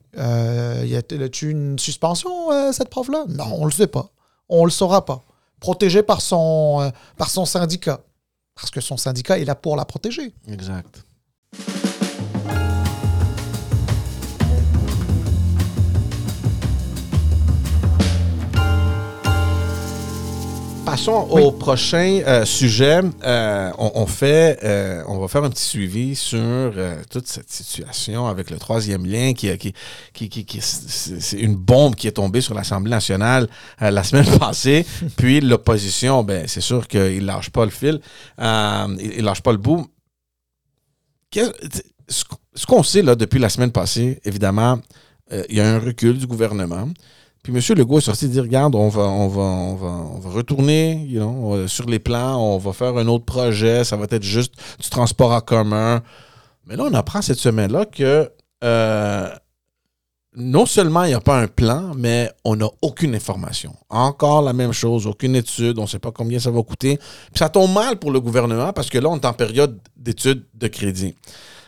B: Euh, y a-t-il une suspension, euh, cette prof-là? Non, on le sait pas. On le saura pas. Protégé par son, euh, par son syndicat. Parce que son syndicat est là pour la protéger.
A: Exact. Passons oui. au prochain euh, sujet. Euh, on, on, fait, euh, on va faire un petit suivi sur euh, toute cette situation avec le troisième lien qui, qui, qui, qui, qui c'est, c'est une bombe qui est tombée sur l'Assemblée nationale euh, la semaine passée. Puis l'opposition, ben c'est sûr qu'il ne lâche pas le fil, euh, il ne lâche pas le bout. Qu'est-ce, ce qu'on sait là depuis la semaine passée, évidemment, euh, il y a un recul du gouvernement. Puis M. Legault est sorti dire, regarde, on va, on va, on va, on va retourner you know, sur les plans, on va faire un autre projet, ça va être juste du transport en commun. Mais là, on apprend cette semaine-là que euh, non seulement il n'y a pas un plan, mais on n'a aucune information. Encore la même chose, aucune étude, on ne sait pas combien ça va coûter. Puis ça tombe mal pour le gouvernement parce que là, on est en période d'études de crédit.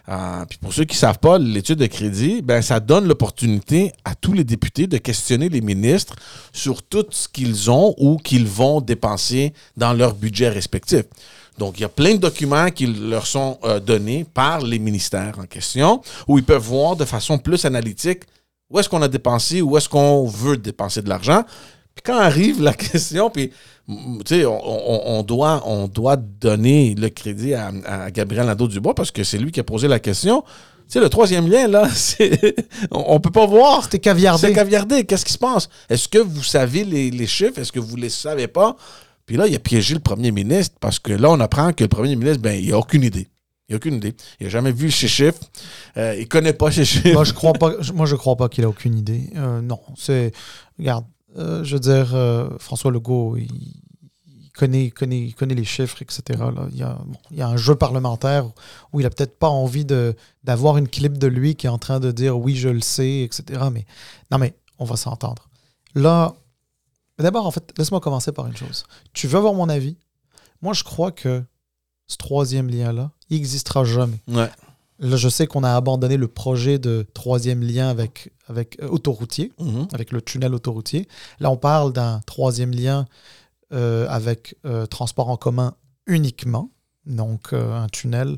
A: Euh, puis pour ceux qui ne savent pas, l'étude de crédit, ben, ça donne l'opportunité à tous les députés de questionner les ministres sur tout ce qu'ils ont ou qu'ils vont dépenser dans leur budget respectif. Donc, il y a plein de documents qui leur sont euh, donnés par les ministères en question, où ils peuvent voir de façon plus analytique où est-ce qu'on a dépensé, où est-ce qu'on veut dépenser de l'argent. Puis quand arrive la question, puis tu sais, on, on, on, doit, on doit donner le crédit à, à Gabriel Nadeau-Dubois parce que c'est lui qui a posé la question. Tu sais, le troisième lien, là, c'est, on ne peut pas voir.
B: C'était caviardé.
A: C'est caviardé. Qu'est-ce qui se passe? Est-ce que vous savez les, les chiffres? Est-ce que vous ne les savez pas? Puis là, il a piégé le premier ministre parce que là, on apprend que le premier ministre, ben, il n'a aucune idée. Il n'a aucune idée. Il n'a jamais vu ces chiffres. Euh, il ne connaît pas ces chiffres.
B: Moi, je crois pas, moi, je crois pas qu'il a aucune idée. Euh, non, c'est... Regarde, euh, je veux dire, euh, François Legault, il, il, connaît, il, connaît, il connaît les chiffres, et cetera. Là. Il, y a, bon, il y a un jeu parlementaire où il n'a peut-être pas envie de, d'avoir une clip de lui qui est en train de dire « oui, je le sais », et cetera. Mais non, mais on va s'entendre. Là, d'abord, en fait, laisse-moi commencer par une chose. Tu veux avoir mon avis? Moi, je crois que ce troisième lien-là, il n'existera jamais.
A: Ouais.
B: Là, je sais qu'on a abandonné le projet de troisième lien avec, avec euh, autoroutier,
A: Mm-hmm.
B: avec le tunnel autoroutier. Là, on parle d'un troisième lien euh, avec euh, transport en commun uniquement, donc euh, un tunnel.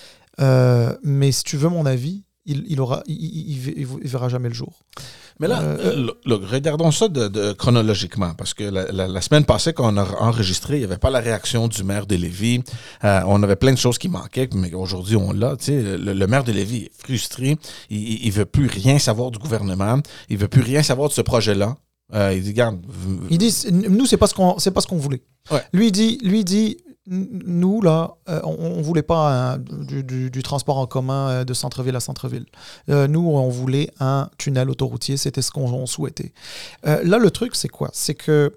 B: Euh, mais si tu veux mon avis, il, il, aura, il, il, il, il verra jamais le jour.
A: Mais là,
B: Euh,
A: le- le- regardons ça de, de- chronologiquement, parce que la, la- la semaine passée, quand on a enregistré, il n'y avait pas la réaction du maire de Lévis. Euh, on avait plein de choses qui manquaient, mais aujourd'hui, on l'a. Tu sais, le, le maire de Lévis est frustré. Il ne veut plus rien savoir du gouvernement. Il ne veut plus rien savoir de ce projet-là. Euh, il dit, regarde... v-
B: Il dit, nous, c'est pas ce qu'on, c'est pas ce qu'on voulait.
A: Ouais.
B: Lui dit, lui dit, nous là, euh, on, on voulait pas un- du, du- du transport en commun euh, de centre-ville à centre-ville. Euh, nous, on voulait un tunnel autoroutier. C'était ce qu'on on souhaitait. Euh, là, le truc, c'est quoi? C'est que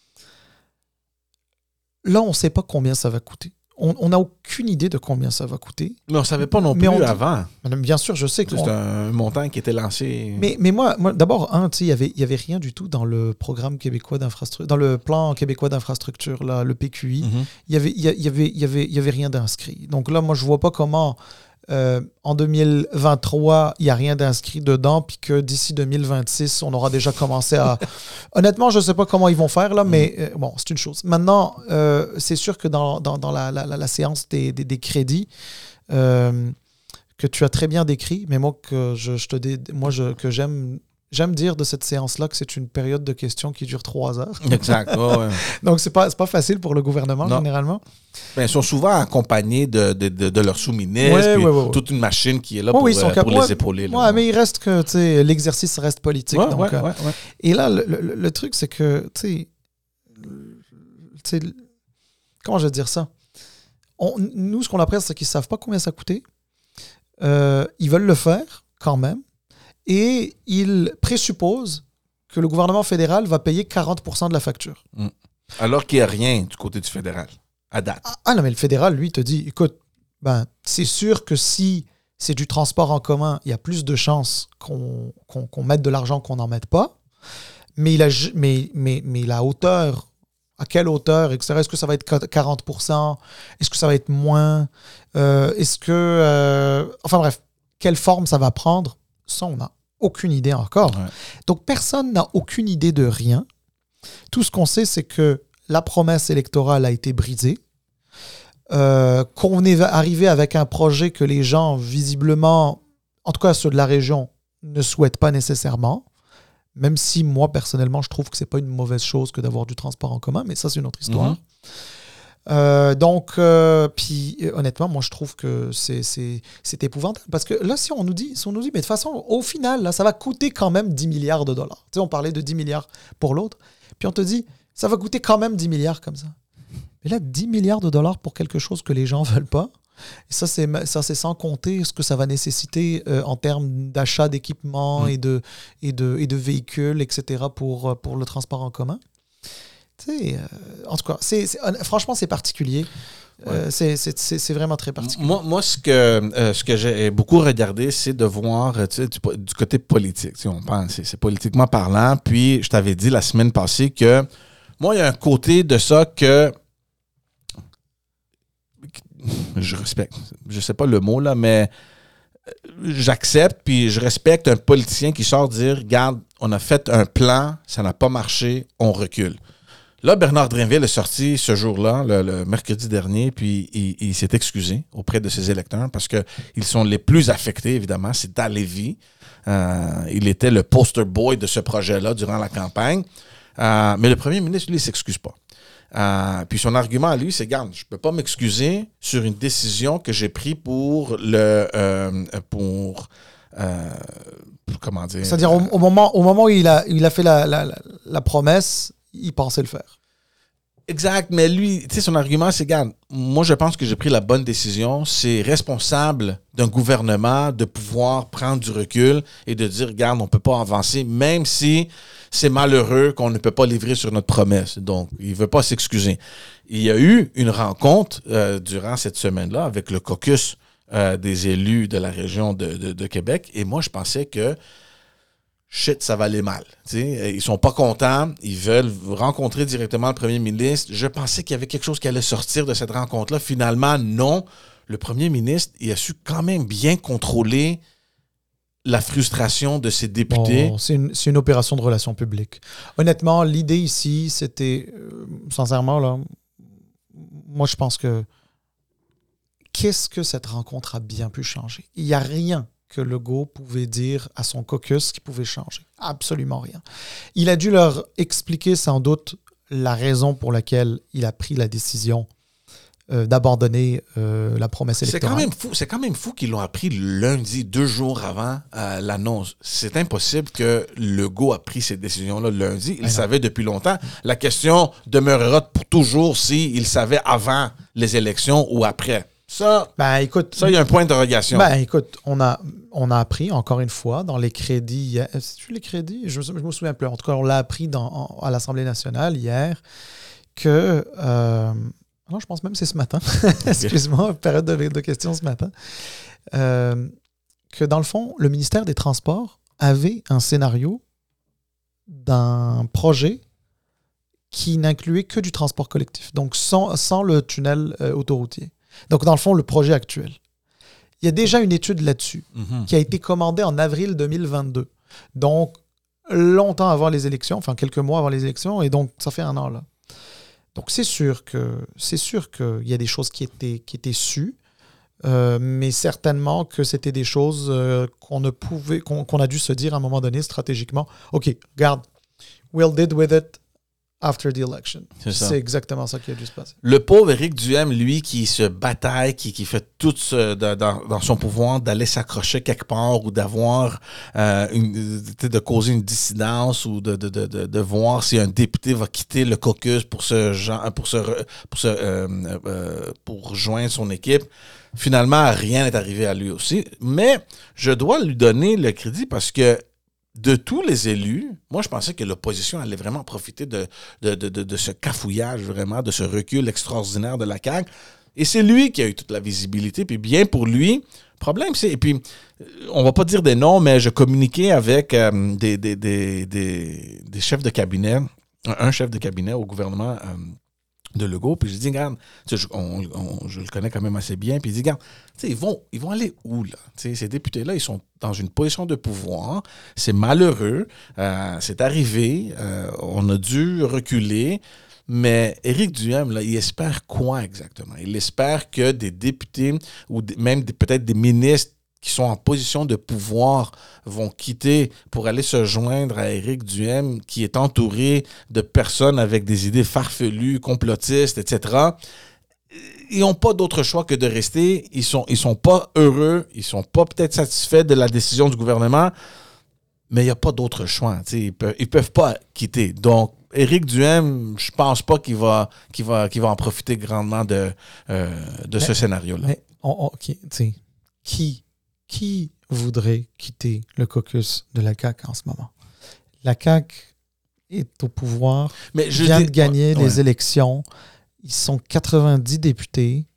B: là, on sait pas combien ça va coûter. On n'a aucune idée de combien ça va coûter.
A: Mais on ne savait pas non
B: Mais
A: plus
B: on dit-
A: avant.
B: Madame, bien sûr, je sais que.
A: C'est un montant qui était lancé...
B: Mais, mais moi, moi d'abord, hein, tu sais, il y avait, il y avait rien du tout dans le programme québécois d'infrastructure, dans le plan québécois d'infrastructure, là, le P Q I.
A: Mhm.
B: Il y avait, il y a- il y avait, il y avait, il y avait rien d'inscrit. Donc là, moi, je vois pas comment euh, en deux mille vingt-trois, il y a rien d'inscrit dedans, puis que d'ici deux mille vingt-six, on aura déjà commencé à. Honnêtement, je sais pas comment ils vont faire là, mais euh, bon, c'est une chose. Maintenant, euh, c'est sûr que dans, dans, dans la, la, la, la séance des, des, des crédits. Euh, que tu as très bien décrit, mais moi que je, je te dé- moi je, que j'aime j'aime dire de cette séance-là que c'est une période de questions qui dure trois heures.
A: Exact. Ouais, ouais.
B: Donc c'est pas c'est pas facile pour le gouvernement
A: Non.
B: généralement.
A: Ben, ils sont souvent accompagnés de, de, de, de leurs sous-ministres,
B: Ouais,
A: puis
B: ouais, ouais, ouais.
A: toute une machine qui est là
B: Ouais,
A: pour,
B: oui, ils sont
A: euh,
B: cap-
A: pour
B: ouais,
A: les épauler. Là.
B: Ouais, mais il reste que tu sais l'exercice reste politique.
A: Ouais,
B: donc,
A: ouais,
B: euh,
A: ouais, ouais.
B: Et là le, le- le truc c'est que tu sais tu sais, comment je vais dire ça. On- nous ce qu'on apprend c'est qu'ils savent pas combien ça coûtait. Euh, ils veulent le faire quand même et ils présupposent que le gouvernement fédéral va payer quarante pour cent de la facture.
A: Alors qu'il n'y a rien du côté du fédéral, à date.
B: Ah, ah non, mais le fédéral, lui, te dit, écoute, ben, c'est sûr que si c'est du transport en commun, il y a plus de chances qu'on qu'on, qu'on mette de l'argent qu'on n'en mette pas. Mais, il a, ju- mais, mais, mais la hauteur, à quelle hauteur, et cetera. Est-ce que ça va être quarante pour cent? Est-ce que ça va être moins? Euh, est-ce que... euh, enfin bref, quelle forme ça va prendre? Ça, on n'a aucune idée encore.
A: Ouais.
B: Donc, personne n'a aucune idée de rien. Tout ce qu'on sait, c'est que la promesse électorale a été brisée, euh, qu'on est arrivé avec un projet que les gens, visiblement, en tout cas ceux de la région, ne souhaitent pas nécessairement, même si moi, personnellement, je trouve que c'est pas une mauvaise chose que d'avoir du transport en commun, mais ça, c'est une autre histoire.
A: Mhm.
B: Euh, donc, euh, puis euh, honnêtement, moi je trouve que c'est, c'est, c'est épouvantable parce que là, si on nous dit, si on nous dit, mais de toute façon, au final, là, ça va coûter quand même dix milliards de dollars. Tu sais, on parlait de dix milliards pour l'autre, puis on te dit, ça va coûter quand même dix milliards comme ça. Mais là, dix milliards de dollars pour quelque chose que les gens veulent pas, et ça, c'est, ça, c'est sans compter ce que ça va nécessiter euh, en termes d'achat d'équipements
A: Mmh.
B: et, de, et, de, et de véhicules, et cetera pour, pour le transport en commun. Tu sais, euh, en tout cas, c'est, c'est, franchement, c'est particulier. Euh, c'est, c'est, c'est, c'est vraiment très particulier.
A: Moi, moi ce, que, euh, ce que j'ai beaucoup regardé, c'est de voir euh, tu sais, du, du côté politique. Tu sais, on pense, c'est, c'est politiquement parlant. Puis, je t'avais dit la semaine passée que moi, il y a un côté de ça que je respecte. Je sais pas le mot, là, mais j'accepte, puis je respecte un politicien qui sort dire, regarde, on a fait un plan, ça n'a pas marché, on recule. Là, Bernard Drinville est sorti ce jour-là, le, le mercredi dernier, puis il, il s'est excusé auprès de ses électeurs parce qu'ils sont les plus affectés, évidemment. C'est à Lévis. Euh, il était le poster boy de ce projet-là durant la campagne. Euh, mais le premier ministre, lui, il ne s'excuse pas. Euh, puis son argument à lui, c'est, regarde, je ne peux pas m'excuser sur une décision que j'ai prise pour le... Euh, pour... Euh, comment dire?
B: C'est-à-dire, au, au, moment, au moment où il a, il a fait la, la, la, la promesse, il pensait le faire.
A: Exact, mais lui, tu sais, son argument, c'est, regarde, moi, je pense que j'ai pris la bonne décision. C'est responsable d'un gouvernement de pouvoir prendre du recul et de dire, regarde, on ne peut pas avancer, même si c'est malheureux qu'on ne peut pas livrer sur notre promesse. Donc, il ne veut pas s'excuser. Il y a eu une rencontre euh, durant cette semaine-là avec le caucus euh, des élus de la région de, de, de Québec, et moi, je pensais que shit, ça va aller mal. T'sais, ils sont pas contents. Ils veulent rencontrer directement le premier ministre. Je pensais qu'il y avait quelque chose qui allait sortir de cette rencontre-là. Finalement, non. Le premier ministre, il a su quand même bien contrôler la frustration de ses députés.
B: Bon, c'est, une, c'est une opération de relations publiques. Honnêtement, l'idée ici, c'était, euh, sincèrement, là, moi, je pense que qu'est-ce que cette rencontre a bien pu changer? Il n'y a rien que Legault pouvait dire à son caucus qui pouvait changer. Absolument rien. Il a dû leur expliquer sans doute la raison pour laquelle il a pris la décision euh, d'abandonner euh, la promesse électorale.
A: C'est quand même fou, c'est quand même fou qu'ils l'ont appris lundi, deux jours avant euh, l'annonce. C'est impossible que Legault a pris cette décision-là lundi. Il le savait depuis longtemps. La question demeurera pour toujours s'il savait avant les élections ou après. Ça,
B: ben, écoute,
A: ça, il y a un point d'interrogation.
B: Ben, écoute, on a, on a appris, encore une fois, dans les crédits hier. C'est-tu les crédits? Je ne me souviens plus. En tout cas, on l'a appris dans, en, à l'Assemblée nationale hier que... Euh, non, je pense même que c'est ce matin. Excuse-moi, période de, de questions ce matin. Euh, que dans le fond, le ministère des Transports avait un scénario d'un projet qui n'incluait que du transport collectif. Donc, sans, sans le tunnel euh, autoroutier. Donc, dans le fond, le projet actuel. Il y a déjà une étude là-dessus mm-hmm. qui a été commandée en avril deux mille vingt-deux. Donc, longtemps avant les élections, enfin quelques mois avant les élections, et donc ça fait un an là. Donc, c'est sûr que c'est sûr qu'il y a des choses qui étaient, qui étaient sues, euh, mais certainement que c'était des choses euh, qu'on, ne pouvait, qu'on, qu'on a dû se dire à un moment donné stratégiquement. OK, regarde, we'll deal with it after the election. C'est, c'est exactement ça qui a dû se passer.
A: Le pauvre Éric Duhaime, lui, qui se bataille, qui, qui fait tout ce, de, dans, dans son pouvoir d'aller s'accrocher quelque part ou d'avoir euh, une, de causer une dissidence ou de, de, de, de, de voir si un député va quitter le caucus pour se pour se pour se euh, euh, pour rejoindre son équipe. Finalement, rien n'est arrivé à lui aussi. Mais je dois lui donner le crédit parce que de tous les élus, moi, je pensais que l'opposition allait vraiment profiter de, de, de, de, de ce cafouillage, vraiment, de ce recul extraordinaire de la C A Q. Et c'est lui qui a eu toute la visibilité. Puis bien pour lui, le problème, c'est... Et puis, on va pas dire des noms, mais je communiquais avec euh, des, des, des, des, des chefs de cabinet, un chef de cabinet au gouvernement euh, de Legault, puis je dis, regarde, je, on, on, je le connais quand même assez bien, puis il dit, regarde, ils vont, ils vont aller où, là? T'sais, ces députés-là, ils sont dans une position de pouvoir, c'est malheureux, euh, c'est arrivé, euh, on a dû reculer, mais Éric Duhaime, là, il espère quoi exactement? Il espère que des députés, ou des, même des, peut-être des ministres, qui sont en position de pouvoir vont quitter pour aller se joindre à Éric Duhaime, qui est entouré de personnes avec des idées farfelues, complotistes, et cetera. Ils n'ont pas d'autre choix que de rester. Ils sont, ils sont pas heureux. Ils sont pas peut-être satisfaits de la décision du gouvernement, mais il n'y a pas d'autre choix. Ils peuvent, ils peuvent pas quitter. Donc, Éric Duhaime, je pense pas qu'il va, qu'il va, qu'il va en profiter grandement de, euh, de mais, ce scénario-là.
B: Mais, on, on, okay, qui Qui voudrait quitter le caucus de la C A Q en ce moment? La C A Q est au pouvoir,
A: mais je
B: vient
A: dis...
B: de gagner
A: ouais.
B: les élections. Ils sont quatre-vingt-dix députés.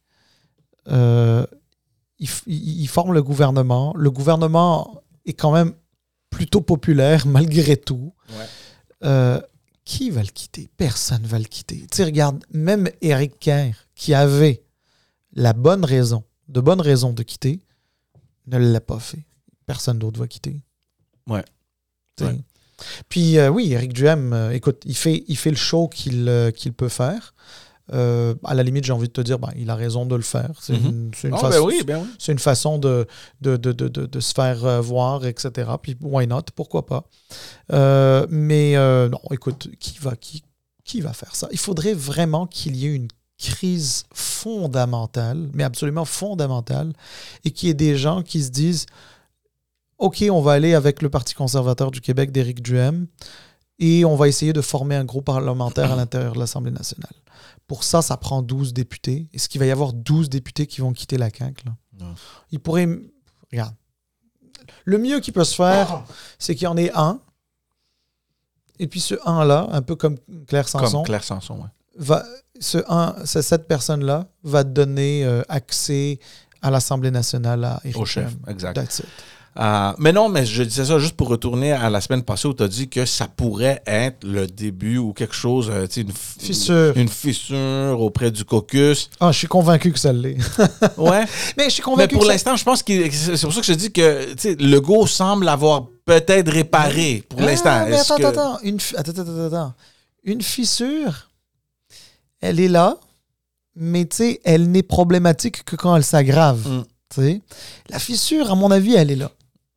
B: Euh, ils, ils, ils forment le gouvernement. Le gouvernement est quand même plutôt populaire malgré tout.
A: Ouais.
B: Euh, qui va le quitter? Personne ne va le quitter. Tu sais, regarde, même Éric Kerr, qui avait la bonne raison, de bonnes raisons de quitter, ne l'a pas fait. Personne d'autre va quitter.
A: Ouais. ouais.
B: Puis euh, oui, Éric Duhaime, euh, écoute, il fait, il fait le show qu'il, euh, qu'il peut faire. Euh, à la limite, j'ai envie de te dire, ben, il a raison de le faire. C'est
A: mm-hmm.
B: une, c'est une,
A: oh,
B: façon,
A: ben oui, ben oui.
B: c'est une façon de, de, de, de, de, de se faire euh, voir, et cetera. Puis why not? Pourquoi pas? Euh, mais euh, non, écoute, qui va, qui, qui va faire ça? Il faudrait vraiment qu'il y ait une crise fondamentale, mais absolument fondamentale, et qu'il y ait des gens qui se disent OK, on va aller avec le Parti conservateur du Québec d'Éric Duhaime et on va essayer de former un groupe parlementaire à l'intérieur de l'Assemblée nationale. Pour ça, ça prend douze députés. Est-ce qu'il va y avoir douze députés qui vont quitter la C A Q? Là?
A: Non.
B: Il pourrait... Regarde. Le mieux qui peut se faire, c'est qu'il y en ait un. Et puis ce un-là, un peu comme Claire Sanson,
A: comme Claire Sanson, ouais.
B: va, ce un, cette personne-là va donner euh, accès à l'Assemblée nationale à Éric
A: Au chef,
B: Duhaime.
A: exact.
B: That's it.
A: Euh, mais non, mais je disais ça juste pour retourner à la semaine passée où tu as dit que ça pourrait être le début ou quelque chose, euh, une,
B: fissure.
A: une fissure auprès du caucus.
B: Ah, je suis convaincu que ça l'est.
A: Ouais.
B: Mais je suis convaincu
A: mais pour
B: que
A: l'instant, ça... je pense que c'est pour ça que je dis que Legault semble avoir peut-être réparé pour ah, l'instant.
B: Mais attends,
A: que...
B: attends, attends. Une, attends, attends, attends. Une fissure, elle est là, mais tu sais, elle n'est problématique que quand elle s'aggrave. Mm. T'sais. La fissure, à mon avis, elle est là.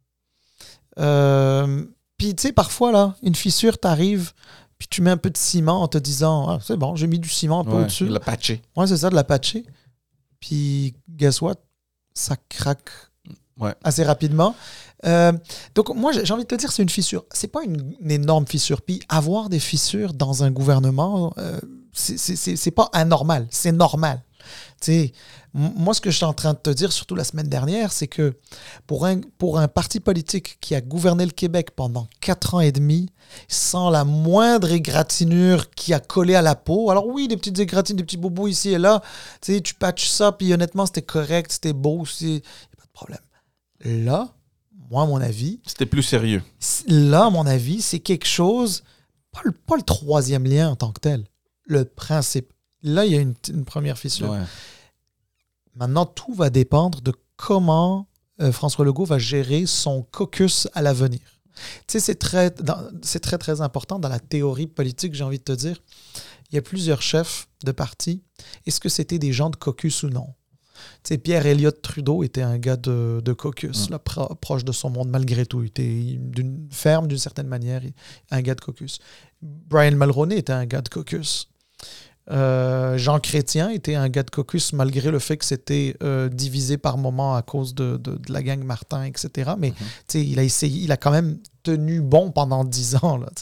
B: Euh, puis, tu sais, parfois, là, une fissure, t'arrives, puis tu mets un peu de ciment en te disant ah, c'est bon, j'ai mis du ciment un peu
A: ouais,
B: au-dessus.
A: De la patcher.
B: Ouais, c'est ça, de la patcher. Puis, guess what? Ça craque
A: ouais.
B: assez rapidement. Euh, donc, moi, j'ai envie de te dire, c'est une fissure. C'est pas une, une énorme fissure. Puis, avoir des fissures dans un gouvernement, euh, c'est, c'est, c'est, c'est pas anormal. C'est normal. Tu sais, moi, ce que je suis en train de te dire, surtout la semaine dernière, c'est que pour un, pour un parti politique qui a gouverné le Québec pendant quatre ans et demi, sans la moindre égratignure qui a collé à la peau, alors oui, des petites égratignures, des petits bobos ici et là, tu sais, tu patches ça, puis honnêtement, c'était correct, c'était beau, il n'y a pas de problème. Là, moi, à mon avis...
A: C'était plus sérieux.
B: Là, à mon avis, c'est quelque chose, pas le, pas le troisième lien en tant que tel, le principe. Là, il y a une, une première fissure.
A: Ouais.
B: Maintenant, tout va dépendre de comment euh, François Legault va gérer son caucus à l'avenir. Tu sais, c'est très, dans, c'est très, très important dans la théorie politique, j'ai envie de te dire. Il y a plusieurs chefs de parti. Est-ce que c'était des gens de caucus ou non? Tu sais, Pierre Elliott Trudeau était un gars de, de caucus, mmh. là, pro, proche de son monde malgré tout. Il était d'une ferme, d'une certaine manière, un gars de caucus. Brian Mulroney était un gars de caucus. Euh, Jean Chrétien était un gars de caucus malgré le fait que c'était euh, divisé par moments à cause de, de, de la gang Martin, et cetera. Mais mm-hmm. il a essayé, il a quand même tenu bon pendant dix ans. Là,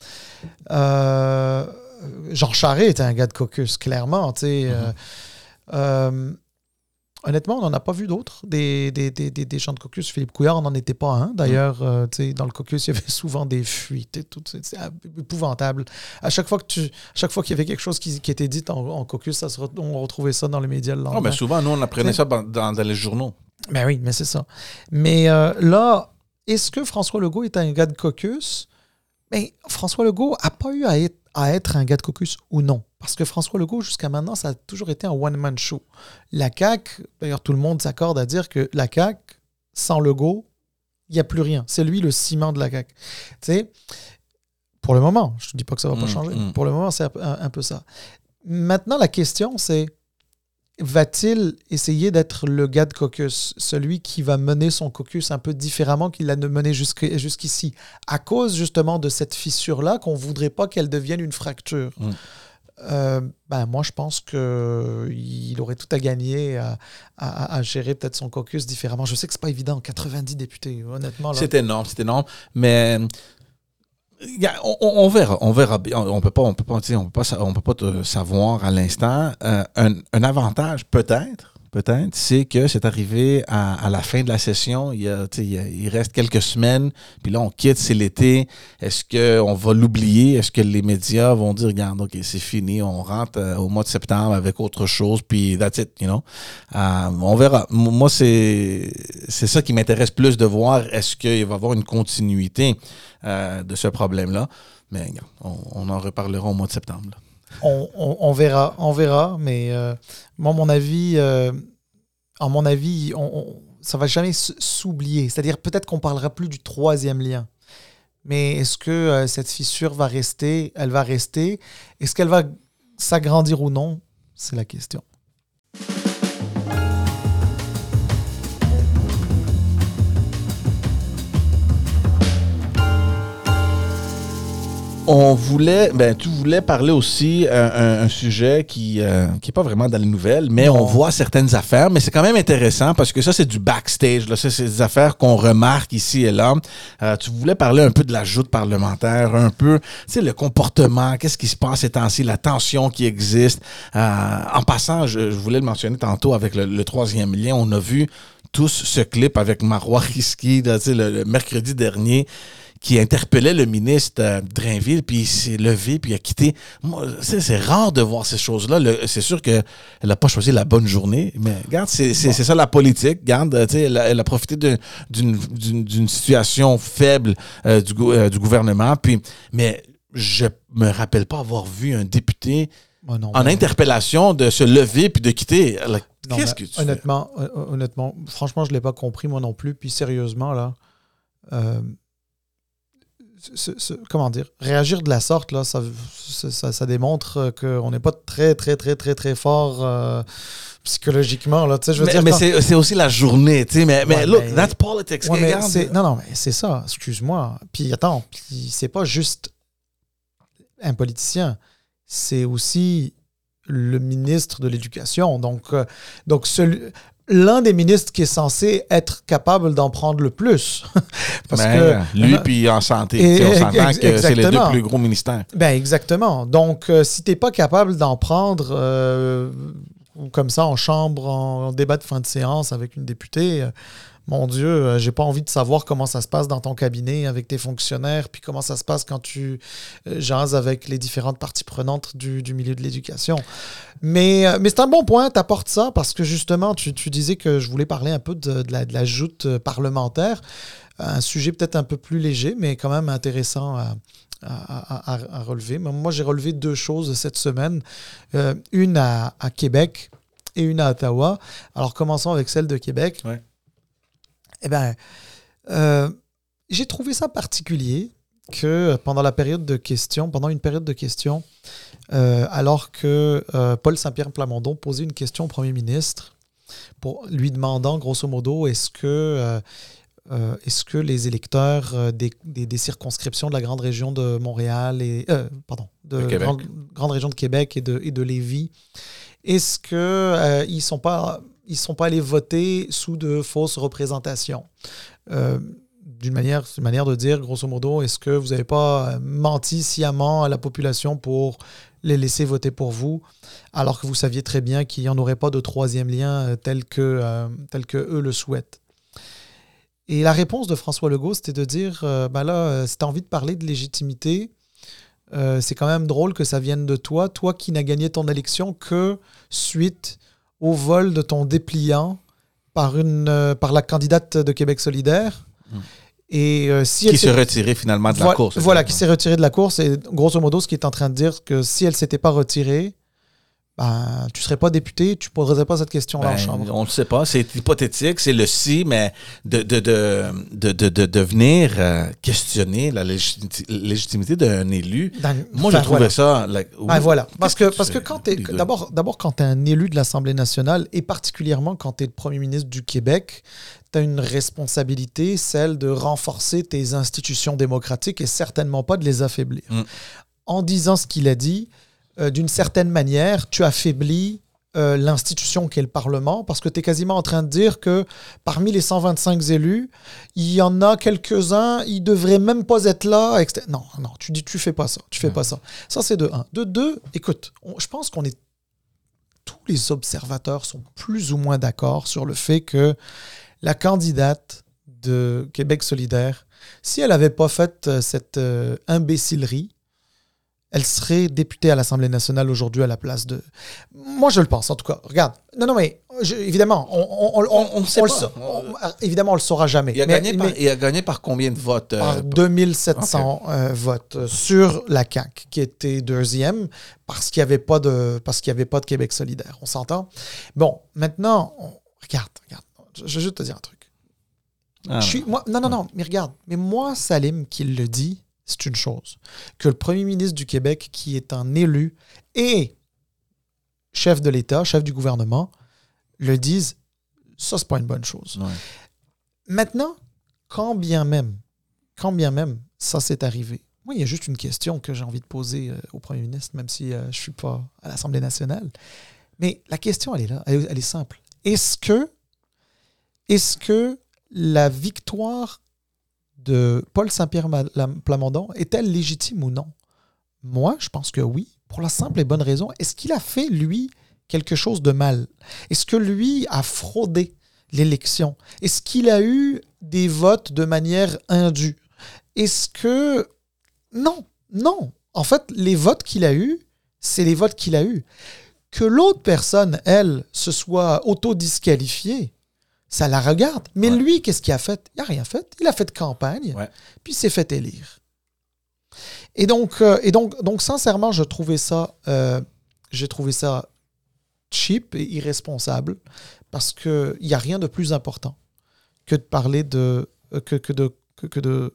B: euh, Jean Charest était un gars de caucus, clairement. Mm-hmm. Euh, euh, honnêtement, on n'en a pas vu d'autres, des, des, des, des, des gens de caucus. Philippe Couillard, on n'en était pas un. D'ailleurs, euh, dans le caucus, il y avait souvent des fuites et tout. C'est, c'est épouvantable. À chaque fois, que tu, à chaque fois qu'il y avait quelque chose qui, qui était dit en, en caucus, ça se re, on retrouvait ça dans les médias le lendemain.
A: Oh, mais souvent, nous, on apprenait c'est... ça dans, dans, dans les journaux.
B: Ben oui, mais c'est ça. Mais euh, là, est-ce que François Legault est un gars de caucus? Ben, François Legault n'a pas eu à être, à être un gars de caucus ou non. Parce que François Legault, jusqu'à maintenant, ça a toujours été un one-man show. La C A Q, d'ailleurs, tout le monde s'accorde à dire que la C A Q, sans Legault, il n'y a plus rien. C'est lui le ciment de la C A Q. Tu sais, pour le moment, je ne dis pas que ça ne va pas mmh, changer. Mmh. Pour le moment, c'est un, un peu ça. Maintenant, la question, c'est va-t-il essayer d'être le gars de caucus, celui qui va mener son caucus un peu différemment qu'il l'a mené jusqu', jusqu'ici, à cause justement de cette fissure-là qu'on ne voudrait pas qu'elle devienne une fracture. Mmh. Euh, ben moi, je pense qu'il aurait tout à gagner à, à, à gérer peut-être son caucus différemment. Je sais que c'est pas évident, quatre-vingt-dix députés, honnêtement. Là.
A: C'est énorme, c'est énorme, mais on, on verra, on verra. On peut pas, on peut pas, on peut pas, on peut pas te savoir à l'instant. Euh, un, un avantage, peut-être. Peut-être, c'est que c'est arrivé à, à la fin de la session, il, y a, il, y a, il reste quelques semaines, puis là, on quitte, c'est l'été. Est-ce qu'on va l'oublier? Est-ce que les médias vont dire, regarde, OK, c'est fini, on rentre euh, au mois de septembre avec autre chose, puis that's it, you know? Euh, on verra. Moi, c'est, c'est ça qui m'intéresse plus de voir, est-ce qu'il va y avoir une continuité euh, de ce problème-là? Mais regarde, on, on en reparlera au mois de septembre, là.
B: On, on, on verra, on verra, mais euh, moi, mon avis, euh, à mon avis, on, on, ça va jamais s'oublier. C'est-à-dire, peut-être qu'on parlera plus du troisième lien. Mais est-ce que euh, cette fissure va rester? Elle va rester. Est-ce qu'elle va s'agrandir ou non? C'est la question.
A: On voulait, ben, tu voulais parler aussi un, un, un sujet qui euh, qui est pas vraiment dans les nouvelles, mais non. On voit certaines affaires, mais c'est quand même intéressant parce que ça, c'est du backstage. Là. Ça, c'est des affaires qu'on remarque ici et là. Euh, tu voulais parler un peu de la joute parlementaire, un peu, tu sais, le comportement, qu'est-ce qui se passe ces temps-ci, la tension qui existe. Euh, en passant, je, je voulais le mentionner tantôt avec le, le troisième lien, on a vu tous ce clip avec Marois Risky, là, tu sais, le, le mercredi dernier, qui interpellait le ministre euh, Drainville, puis il s'est levé, puis il a quitté. Moi, c'est, c'est rare de voir ces choses-là. Le, c'est sûr qu'elle n'a pas choisi la bonne journée, mais regarde, c'est, c'est, bon. c'est ça la politique. Regarde, elle, elle a profité de, d'une, d'une, d'une situation faible euh, du, euh, du gouvernement, puis, mais je me rappelle pas avoir vu un député oh non, en interpellation de se lever puis de quitter. La,
B: non,
A: qu'est-ce que tu
B: honnêtement, fais? honnêtement, franchement, je ne l'ai pas compris, moi non plus, puis sérieusement, là... Euh, Ce, ce, comment dire, réagir de la sorte, là, ça, ça, ça démontre qu'on n'est pas très, très, très, très, très fort euh, psychologiquement. Là, je veux
A: mais
B: dire,
A: mais
B: quand...
A: c'est, c'est aussi la journée. Mais, mais
B: ouais,
A: look,
B: mais...
A: that's politics.
B: Ouais, mais c'est... Non, non, mais c'est ça, excuse-moi. Puis attends, puis c'est pas juste un politicien, c'est aussi le ministre de l'Éducation. Donc, euh, donc celui... l'un des ministres qui est censé être capable d'en prendre le plus. Parce
A: ben,
B: que,
A: lui, puis en santé.
B: Et,
A: on s'entend
B: ex-
A: que c'est les deux plus gros ministères.
B: Ben exactement. Donc, euh, si tu n'es pas capable d'en prendre euh, comme ça en chambre, en, en débat de fin de séance avec une députée, euh, mon Dieu, euh, j'ai pas envie de savoir comment ça se passe dans ton cabinet avec tes fonctionnaires, puis comment ça se passe quand tu euh, jases avec les différentes parties prenantes du, du milieu de l'éducation. Mais, euh, mais c'est un bon point, tu apportes ça, parce que justement, tu, tu disais que je voulais parler un peu de, de, la, de la joute parlementaire, un sujet peut-être un peu plus léger, mais quand même intéressant à, à, à, à relever. Mais moi, j'ai relevé deux choses cette semaine, euh, une à, à Québec et une à Ottawa. Alors, commençons avec celle de Québec.
A: Ouais.
B: Eh bien, euh, j'ai trouvé ça particulier que pendant la période de questions, pendant une période de questions, euh, alors que euh, Paul Saint-Pierre Plamondon posait une question au premier ministre, pour lui demandant, grosso modo, est-ce que, euh, euh, est-ce que les électeurs euh, des, des, des circonscriptions de la grande région de Montréal et euh, pardon, de
A: Québec.
B: grande, grande région de Québec et de, et de Lévis, est-ce qu'ils euh, ne sont pas ils ne sont pas allés voter sous de fausses représentations. Euh, d'une manière, c'est une manière de dire, grosso modo, est-ce que vous n'avez pas menti sciemment à la population pour les laisser voter pour vous, alors que vous saviez très bien qu'il n'y en aurait pas de troisième lien tel que, euh, tel que eux le souhaitent? Et la réponse de François Legault, c'était de dire, euh, ben là, si tu as envie de parler de légitimité, euh, c'est quand même drôle que ça vienne de toi, toi qui n'as gagné ton élection que suite au vol de ton dépliant par, une, euh, par la candidate de Québec solidaire. Mmh. Et, euh, si
A: qui s'est retirée finalement de la
B: voilà,
A: course.
B: Voilà, qui s'est retirée de la course. Et grosso modo, ce qui est en train de dire que si elle ne s'était pas retirée, ben, tu ne serais pas député, tu ne poserais pas cette question-là
A: ben,
B: en chambre.
A: On ne le sait pas, c'est hypothétique, c'est le si, mais de, de, de, de, de, de, de venir euh, questionner la légiti- légitimité d'un élu, Dans, moi ben, je trouvais voilà. ça... Like,
B: ben, voilà, parce que, parce que quand t'es, d'abord, d'abord quand tu es un élu de l'Assemblée nationale, et particulièrement quand tu es le premier ministre du Québec, tu as une responsabilité, celle de renforcer tes institutions démocratiques et certainement pas de les affaiblir. Mm. En disant ce qu'il a dit, Euh, d'une certaine manière, tu affaiblis euh, l'institution qu'est le Parlement, parce que tu es quasiment en train de dire que parmi les cent vingt-cinq élus, il y en a quelques-uns, ils ne devraient même pas être là. Etc. Non, non, tu dis, tu fais pas ça. Tu fais mmh. pas ça. Ça, c'est de un. De deux, écoute, on, je pense qu'on est... Tous les observateurs sont plus ou moins d'accord sur le fait que la candidate de Québec solidaire, si elle n'avait pas fait euh, cette euh, imbécilerie, elle serait députée à l'Assemblée nationale aujourd'hui à la place de... Moi, je le pense, en tout cas. Regarde. Non, non, mais je, évidemment, on, on, on, on, on, on le sa... on, évidemment, on le saura jamais.
A: Il a,
B: mais,
A: gagné
B: mais,
A: par, il a gagné par combien de votes? Euh,
B: par deux mille sept cents okay. euh, votes sur la C A Q, qui était deuxième, parce qu'il n'y avait pas de, parce qu'il y avait pas de Québec solidaire. On s'entend? Bon, maintenant, on, regarde, regarde. je, je vais juste te dire un truc.
C: Ah,
B: je suis, moi, non, non, non, mais regarde. Mais moi, Salim, qui le dit, c'est une chose. Que le premier ministre du Québec, qui est un élu et chef de l'État, chef du gouvernement, le dise, ça, c'est pas une bonne chose.
C: Ouais.
B: Maintenant, quand bien même, quand bien même ça s'est arrivé, moi, il y a juste une question que j'ai envie de poser euh, au premier ministre, même si euh, je ne suis pas à l'Assemblée nationale. Mais la question, elle est là, elle, elle est simple. Est-ce que, est-ce que la victoire de Paul Saint-Pierre Plamondon est-elle légitime ou non? Moi, je pense que oui, pour la simple et bonne raison. Est-ce qu'il a fait, lui, quelque chose de mal? Est-ce que lui a fraudé l'élection? Est-ce qu'il a eu des votes de manière indue? Est-ce que... Non, non. En fait, les votes qu'il a eus, c'est les votes qu'il a eus. Que l'autre personne, elle, se soit auto-disqualifiée, ça la regarde. Mais ouais. lui, qu'est-ce qu'il a fait? Il n'a rien fait. Il a fait campagne, ouais. puis il s'est fait élire. Et donc, euh, et donc, donc sincèrement, je trouvais ça, euh, j'ai trouvé ça cheap et irresponsable parce qu'il n'y a rien de plus important que de parler de... Euh, que, que de... Que, que de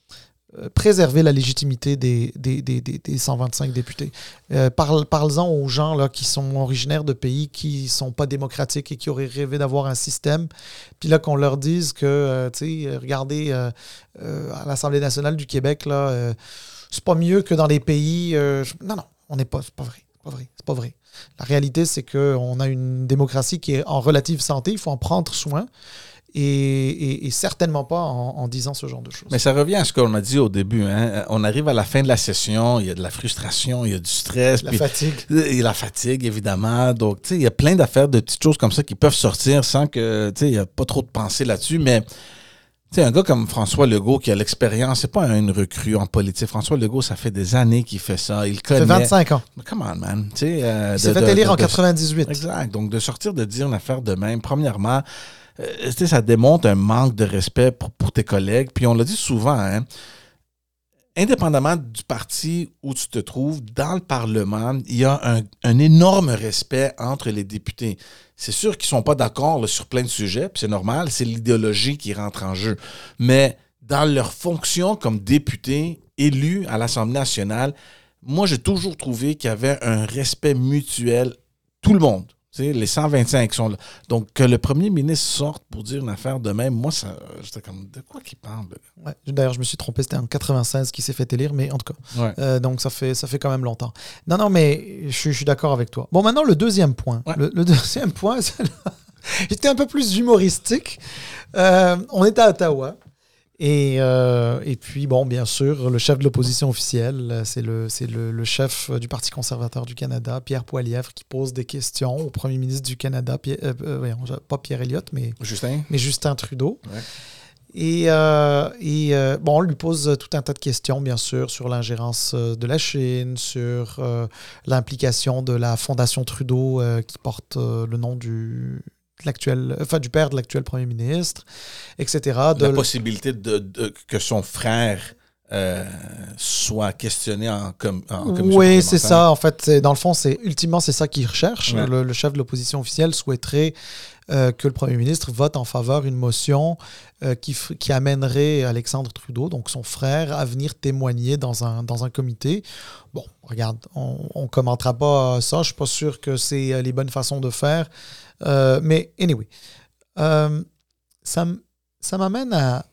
B: préserver la légitimité des, des, des, des, des cent vingt-cinq députés. Euh, parle, parle-en aux gens là, qui sont originaires de pays qui ne sont pas démocratiques et qui auraient rêvé d'avoir un système. Puis là, qu'on leur dise que, euh, tu sais, regardez, euh, euh, à l'Assemblée nationale du Québec, là, euh, c'est pas mieux que dans les pays... Euh, non, non, on n'est pas... C'est pas vrai. C'est pas vrai. C'est pas vrai. La réalité, c'est qu'on a une démocratie qui est en relative santé. Il faut en prendre soin. Et, et, et certainement pas en, en disant ce genre de choses.
C: Mais ça revient à ce qu'on a dit au début. Hein? On arrive à la fin de la session, il y a de la frustration, il y a du stress.
B: La
C: puis,
B: fatigue.
C: Et la fatigue, évidemment. Donc, tu sais, il y a plein d'affaires, de petites choses comme ça qui peuvent sortir sans que, tu sais, il n'y a pas trop de pensée là-dessus. Mais, tu sais, un gars comme François Legault qui a l'expérience, c'est pas une recrue en politique. François Legault, ça fait des années qu'il fait ça. Il connaît.
B: Ça fait vingt-cinq ans.
C: Mais come on, man. Tu sais, euh,
B: il s'est fait élire en quatre-vingt-dix-huit.
C: Exact. Donc, de sortir de dire une affaire de même, premièrement, Euh, ça démontre un manque de respect pour, pour tes collègues. Puis on l'a dit souvent, hein, indépendamment du parti où tu te trouves, dans le Parlement, il y a un, un énorme respect entre les députés. C'est sûr qu'ils ne sont pas d'accord là, sur plein de sujets, puis c'est normal, c'est l'idéologie qui rentre en jeu. Mais dans leur fonction comme députés élus à l'Assemblée nationale, moi, j'ai toujours trouvé qu'il y avait un respect mutuel, tout le monde. T'sais, les cent vingt-cinq sont là. Donc, que le premier ministre sorte pour dire une affaire de même, moi, ça, j'étais comme, de quoi qu'il parle?
B: Ouais, d'ailleurs, je me suis trompé, c'était en quatre-vingt-seize qu'il s'est fait élire, mais en tout cas.
C: Ouais.
B: Euh, donc, ça fait, ça fait quand même longtemps. Non, non, mais je, je suis d'accord avec toi. Bon, maintenant, le deuxième point. Ouais. Le, le deuxième point, c'est là, j'étais un peu plus humoristique. Euh, on était à Ottawa. Et, euh, et puis, bon, bien sûr, le chef de l'opposition officielle, c'est le, c'est le, le chef du Parti conservateur du Canada, Pierre Poilievre, qui pose des questions au premier ministre du Canada, Pierre, euh, euh, pas Pierre Elliott, mais
C: Justin,
B: mais Justin Trudeau.
C: Ouais.
B: Et, euh, et euh, bon, on lui pose tout un tas de questions, bien sûr, sur l'ingérence de la Chine, sur euh, l'implication de la Fondation Trudeau, euh, qui porte euh, le nom du... L'actuel, enfin, du père de l'actuel premier ministre, et cetera. De
C: la possibilité de, de, que son frère euh, soit questionné en, com, en commission.
B: Oui, c'est ça. En fait, c'est, dans le fond, c'est, ultimement, c'est ça qu'il recherche.
C: Ouais.
B: Le, le chef de l'opposition officielle souhaiterait euh, que le premier ministre vote en faveur d'une motion euh, qui, qui amènerait Alexandre Trudeau, donc son frère, à venir témoigner dans un, dans un comité. Bon, regarde, on ne commentera pas ça. Je ne suis pas sûr que c'est les bonnes façons de faire. Euh, mais anyway, euh, ça, ça m'amène à,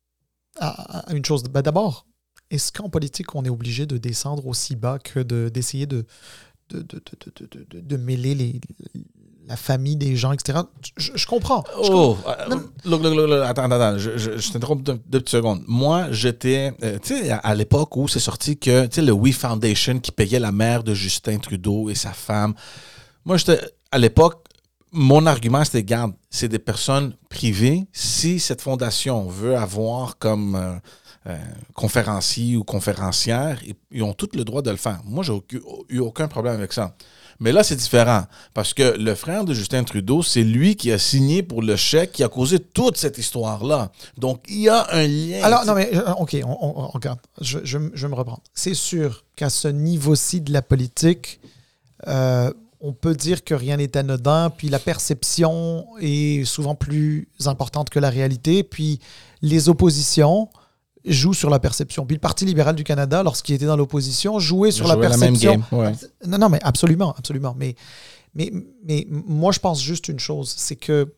B: à, à une chose. Ben d'abord, est-ce qu'en politique, on est obligé de descendre aussi bas que de, d'essayer de, de, de, de, de, de, de mêler les, la famille des gens, et cetera. Je, je comprends. Je
C: oh,
B: comprends.
C: Euh, look, look, look, look, attends, attends, je, je, je t'interromps deux, deux petites secondes. Moi, j'étais, euh, tu sais, à, à l'époque où c'est sorti que, tu sais, le We Foundation qui payait la mère de Justin Trudeau et sa femme. Moi, j'étais, à l'époque, mon argument, c'était, garde, c'est des personnes privées. Si cette fondation veut avoir comme euh, euh, conférencier ou conférencière, ils, ils ont tout le droit de le faire. Moi, j'ai eu, eu aucun problème avec ça. Mais là, c'est différent. Parce que le frère de Justin Trudeau, c'est lui qui a signé pour le chèque qui a causé toute cette histoire-là. Donc, il y a un lien.
B: Alors, non, mais OK, on, on, on regarde. Je, je, je vais me reprendre. C'est sûr qu'à ce niveau-ci de la politique, euh, on peut dire que rien n'est anodin, puis la perception est souvent plus importante que la réalité, puis les oppositions jouent sur la perception. Puis le Parti libéral du Canada, lorsqu'il était dans l'opposition, jouait sur la perception.
C: La même game, ouais.
B: Non, non, mais absolument, absolument. Mais, mais, mais moi, je pense juste une chose, c'est que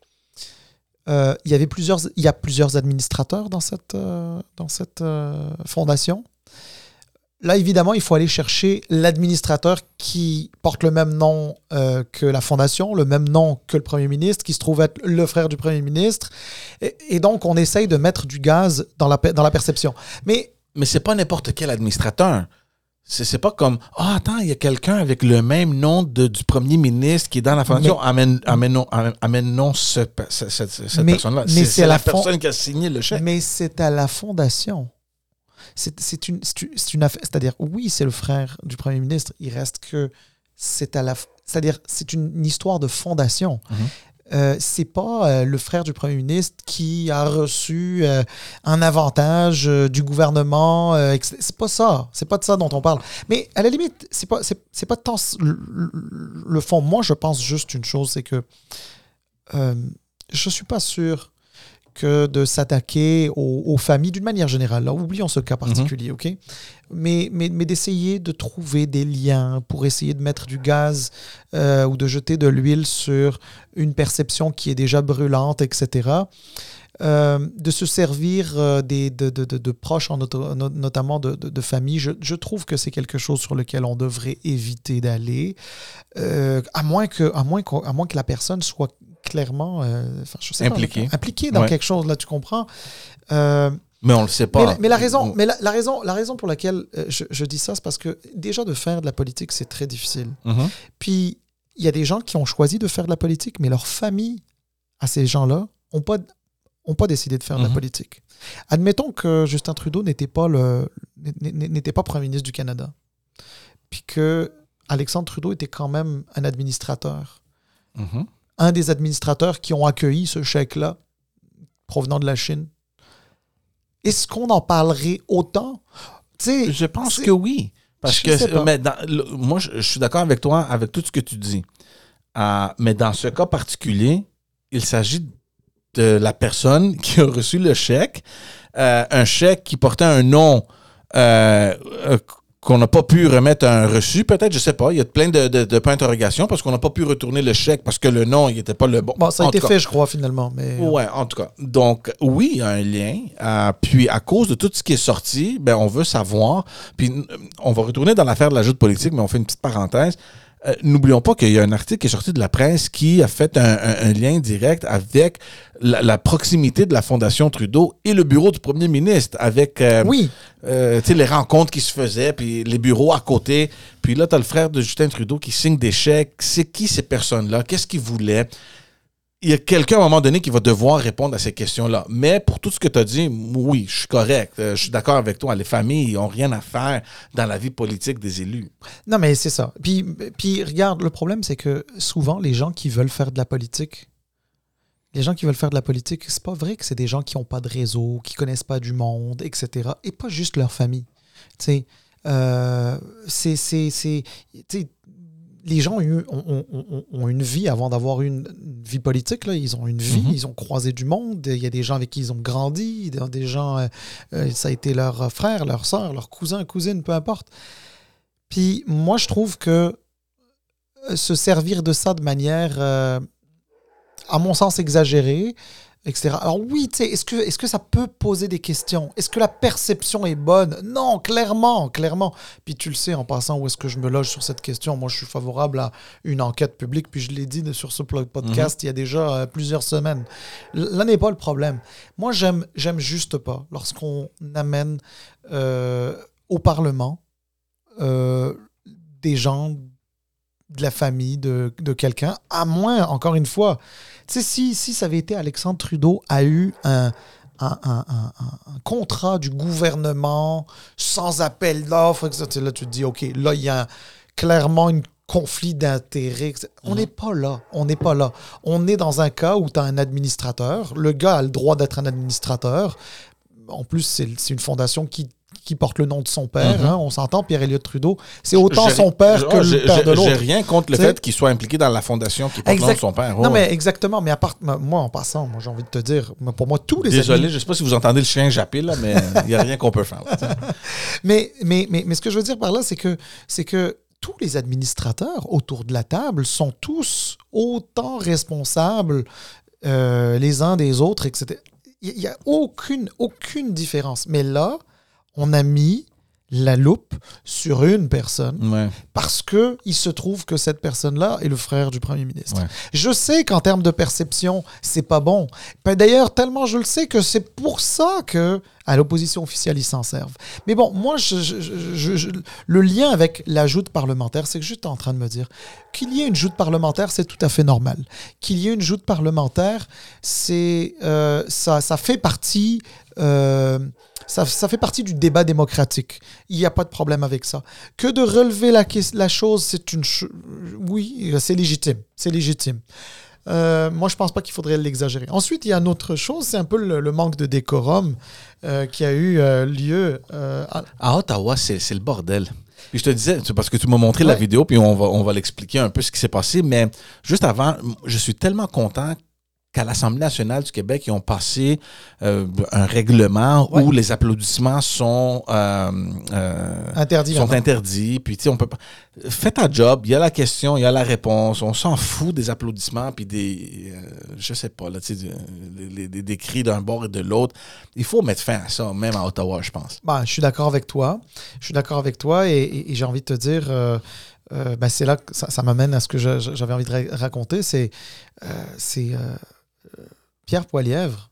B: euh, il y avait plusieurs, il y a plusieurs administrateurs dans cette, euh, dans cette euh, fondation. Là, évidemment, il faut aller chercher l'administrateur qui porte le même nom euh, que la fondation, le même nom que le premier ministre, qui se trouve être le frère du premier ministre. Et, et donc, on essaye de mettre du gaz dans la, dans la perception. Mais,
C: Mais c'est pas n'importe quel administrateur. C'est, c'est pas comme « Ah, attends, il y a quelqu'un avec le même nom de, du premier ministre qui est dans la fondation. Mais, amène, amène, amène, amène non ce, ce, ce, cette mais, personne-là. »
B: Mais
C: c'est,
B: c'est,
C: c'est la, la
B: fond...
C: personne qui a signé le chèque.
B: Mais c'est à la fondation. C'est, c'est, une, c'est une affaire, c'est-à-dire, oui, c'est le frère du premier ministre, il reste que c'est à la, c'est-à-dire, c'est une, une histoire de fondation. Mm-hmm. Euh, c'est pas euh, le frère du premier ministre qui a reçu euh, un avantage euh, du gouvernement. Euh, c'est pas ça. C'est pas de ça dont on parle. Mais à la limite, c'est pas, c'est, c'est pas tant le, le fond. Moi, je pense juste une chose, c'est que euh, je suis pas sûr que de s'attaquer aux, aux familles d'une manière générale. Là, oublions ce cas particulier, mm-hmm. OK? Mais, mais, mais d'essayer de trouver des liens pour essayer de mettre du gaz euh, ou de jeter de l'huile sur une perception qui est déjà brûlante, et cetera. Euh, de se servir euh, des, de, de, de, de proches, en auto, no, notamment de, de, de famille, je, je trouve que c'est quelque chose sur lequel on devrait éviter d'aller, euh, à, moins que, à, moins à moins que la personne soit clairement euh, je sais
C: impliqué.
B: Pas, impliqué dans ouais. quelque chose, là, tu comprends? Euh,
C: mais on le sait pas.
B: Mais, mais, la, raison, mais la, la, raison, la raison pour laquelle euh, je, je dis ça, c'est parce que déjà de faire de la politique, c'est très difficile. Mm-hmm. Puis, il y a des gens qui ont choisi de faire de la politique, mais leur famille, à ces gens-là, n'ont pas, ont pas décidé de faire mm-hmm. de la politique. Admettons que Justin Trudeau n'était pas, le, n'était pas premier ministre du Canada, puis que Alexandre Trudeau était quand même un administrateur. Mm-hmm. Un des administrateurs qui ont accueilli ce chèque-là, provenant de la Chine. Est-ce qu'on en parlerait autant? T'sais,
C: je pense que oui. Parce que mais dans, le, moi, je, je suis d'accord avec toi, avec tout ce que tu dis. Euh, mais dans ce cas particulier, il s'agit de la personne qui a reçu le chèque. Euh, un chèque qui portait un nom euh, euh, qu'on n'a pas pu remettre un reçu, peut-être, je sais pas. Il y a plein de, de, de points d'interrogation parce qu'on n'a pas pu retourner le chèque parce que le nom, il n'était pas le bon.
B: Bon, ça a en été fait, cas, je crois, finalement. Mais...
C: Oui, en tout cas. Donc, oui, il y a un lien. Euh, puis, à cause de tout ce qui est sorti, ben, on veut savoir. Puis, on va retourner dans l'affaire de la joute politique, mais on fait une petite parenthèse. Euh, n'oublions pas qu'il y a un article qui est sorti de la presse qui a fait un, un, un lien direct avec la, la proximité de la Fondation Trudeau et le bureau du premier ministre, avec euh,
B: oui.
C: euh, les rencontres qui se faisaient, puis les bureaux à côté. Puis là, tu as le frère de Justin Trudeau qui signe des chèques. C'est qui ces personnes-là? Qu'est-ce qu'ils voulaient? Il y a quelqu'un, à un moment donné, qui va devoir répondre à ces questions-là. Mais pour tout ce que tu as dit, oui, je suis correct. Je suis d'accord avec toi. Les familles n'ont rien à faire dans la vie politique des élus.
B: Non, mais c'est ça. Puis, puis regarde, le problème, c'est que souvent, les gens qui veulent faire de la politique, les gens qui veulent faire de la politique, c'est pas vrai que c'est des gens qui n'ont pas de réseau, qui connaissent pas du monde, et cetera. Et pas juste leur famille. Tu sais, euh, c'est... c'est, c'est tu sais, les gens ont, eu, ont, ont, ont une vie avant d'avoir une, une vie politique. Là. Ils ont une vie, mm-hmm. ils ont croisé du monde. Il y a des gens avec qui ils ont grandi. Des gens, euh, euh, ça a été leur frère, leur soeur, leur cousin, cousine, peu importe. Puis moi, je trouve que se servir de ça de manière, euh, à mon sens, exagérée, et cetera. Alors oui, tu sais, est-ce que, est-ce que ça peut poser des questions? Est-ce que la perception est bonne? Non, clairement, clairement. Puis tu le sais, en passant, où est-ce que je me loge sur cette question? Moi, je suis favorable à une enquête publique, puis je l'ai dit sur ce podcast mm-hmm. il y a déjà euh, plusieurs semaines. Là n'est pas le problème. Moi, j'aime, j'aime juste pas lorsqu'on amène euh, au Parlement euh, des gens de la famille de, de quelqu'un, à moins, encore une fois, tu sais, si, si ça avait été Alexandre Trudeau a eu un, un, un, un, un contrat du gouvernement sans appel d'offres, et cetera, là, tu te dis, OK, là, il y a clairement un conflit d'intérêts. On n'est mmh. pas là. On n'est pas là. On est dans un cas où tu as un administrateur. Le gars a le droit d'être un administrateur. En plus, c'est, c'est une fondation qui qui porte le nom de son père.
C: Mm-hmm.
B: Hein, on s'entend, Pierre-Éliott Trudeau, c'est autant
C: J'ai-
B: son père que
C: j'ai-
B: le père
C: j'ai-
B: de l'autre.
C: J'ai rien contre le
B: T'sais?
C: fait qu'il soit impliqué dans la fondation qui porte le nom de
B: Exact-
C: son père.
B: Non,
C: Oh,
B: mais exactement. Mais à part, moi, en passant, moi, j'ai envie de te dire, moi, pour moi, tous les
C: Désolé,
B: admin-
C: je ne sais pas si vous entendez le chien japper, là, mais il n'y a rien qu'on peut faire. Là,
B: mais, mais, mais, mais ce que je veux dire par là, c'est que, c'est que tous les administrateurs autour de la table sont tous autant responsables euh, les uns des autres, et cetera. Il n'y a aucune, aucune différence. Mais là, on a mis la loupe sur une personne
C: ouais.
B: parce qu'il se trouve que cette personne-là est le frère du premier ministre.
C: Ouais.
B: Je sais qu'en termes de perception, c'est pas bon. Ben, d'ailleurs, tellement je le sais que c'est pour ça que à l'opposition officielle, ils s'en servent. Mais bon, moi, je, je, je, je, le lien avec la joute parlementaire, c'est que je suis en train de me dire qu'il y ait une joute parlementaire, c'est tout à fait normal. Qu'il y ait une joute parlementaire, c'est, euh, ça, ça fait partie... Euh, Ça, ça fait partie du débat démocratique. Il n'y a pas de problème avec ça. Que de relever la, la chose, c'est une... Ch- oui, c'est légitime. C'est légitime. Euh, moi, je ne pense pas qu'il faudrait l'exagérer. Ensuite, il y a une autre chose, c'est un peu le, le manque de décorum euh, qui a eu euh, lieu... Euh, à...
C: à Ottawa, c'est, c'est le bordel. Puis je te disais, c'est parce que tu m'as montré
B: Ouais.
C: la vidéo, puis on va, on va l'expliquer un peu ce qui s'est passé, mais juste avant, je suis tellement content qu'à l'Assemblée nationale du Québec, ils ont passé euh, un règlement
B: Ouais.
C: où les applaudissements sont, euh, euh,
B: Interdit.
C: sont
B: maintenant.
C: interdits. Puis, tu sais, on peut pas... Fais ta job, il y a la question, il y a la réponse. On s'en fout des applaudissements puis des... Euh, je sais pas, là, tu sais, des, des, des cris d'un bord et de l'autre. Il faut mettre fin à ça, même à Ottawa, je pense.
B: Ben, je suis d'accord avec toi. Je suis d'accord avec toi et, et, et j'ai envie de te dire... Euh, euh, ben, c'est là que ça, ça m'amène à ce que je, je, j'avais envie de ra- raconter. C'est... Euh, c'est euh, Pierre Poilievre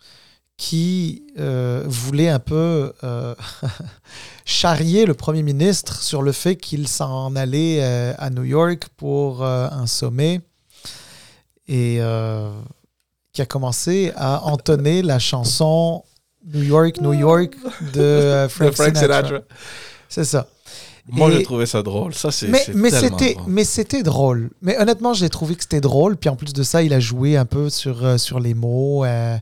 B: qui euh, voulait un peu euh, charrier le premier ministre sur le fait qu'il s'en allait euh, à New York pour euh, un sommet et euh, qui a commencé à entonner la chanson New York, New York de euh, Frank,
C: De Frank
B: Sinatra.
C: Sinatra.
B: C'est ça.
C: Moi,
B: Et-
C: j'ai trouvé ça drôle. Ça, c'est,
B: mais,
C: c'est
B: mais
C: tellement
B: c'était,
C: drôle.
B: mais c'était drôle. Mais honnêtement, j'ai trouvé que c'était drôle. Puis en plus de ça, il a joué un peu sur, euh, sur les mots. Euh,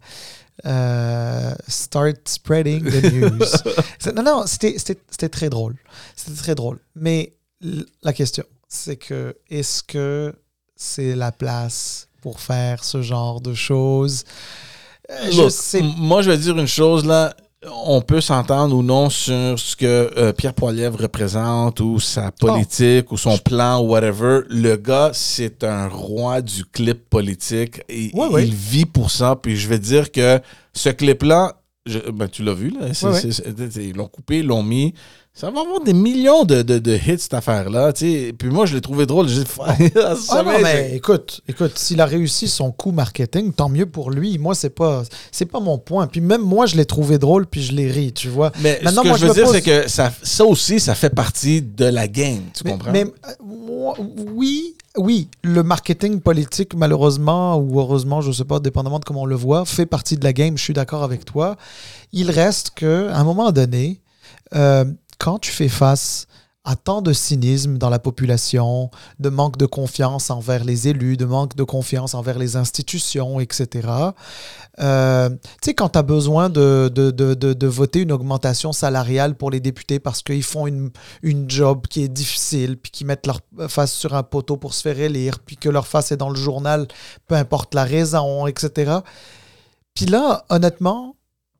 B: euh, start spreading the news. C'est- non, non, c'était, c'était, c'était très drôle. C'était très drôle. Mais l- la question, c'est que est-ce que c'est la place pour faire ce genre de choses? Euh, je
C: Look,
B: sais.
C: m- moi, je vais dire une chose, là. On peut s'entendre ou non sur ce que euh, Pierre Poilievre représente ou sa politique ou son plan ou whatever. Le gars, c'est un roi du clip politique et
B: Ouais,
C: il
B: ouais.
C: vit pour ça. Puis je vais te dire que ce clip-là, je- ben, tu l'as vu, là. C'est-
B: Ouais, ouais.
C: c'est- c'est- c'est- ils l'ont coupé, ils l'ont mis. Ça va avoir des millions de, de, de hits, cette affaire-là. Tu sais. Puis moi, je l'ai trouvé drôle. J'ai dit,
B: Ah
C: ça
B: non,
C: va,
B: mais écoute, écoute, s'il a réussi son coup marketing, tant mieux pour lui. Moi, c'est pas, c'est pas mon point. Puis même moi, je l'ai trouvé drôle, puis je l'ai ri, tu vois.
C: Mais
B: Maintenant,
C: ce que
B: moi,
C: je
B: je
C: veux
B: me
C: dire,
B: pose-
C: c'est que ça, ça aussi, ça fait partie de la game. Tu
B: Mais,
C: comprends?
B: mais, euh, moi, oui, oui, le marketing politique, malheureusement ou heureusement, je sais pas, dépendamment de comment on le voit, fait partie de la game. Je suis d'accord avec toi. Il reste que, à un moment donné, euh, quand tu fais face à tant de cynisme dans la population, de manque de confiance envers les élus, de manque de confiance envers les institutions, et cetera. Euh, tu sais, quand tu as besoin de, de, de, de, de voter une augmentation salariale pour les députés parce qu'ils font une, une job qui est difficile, puis qu'ils mettent leur face sur un poteau pour se faire élire, puis que leur face est dans le journal, peu importe la raison, et cetera. Puis là, honnêtement,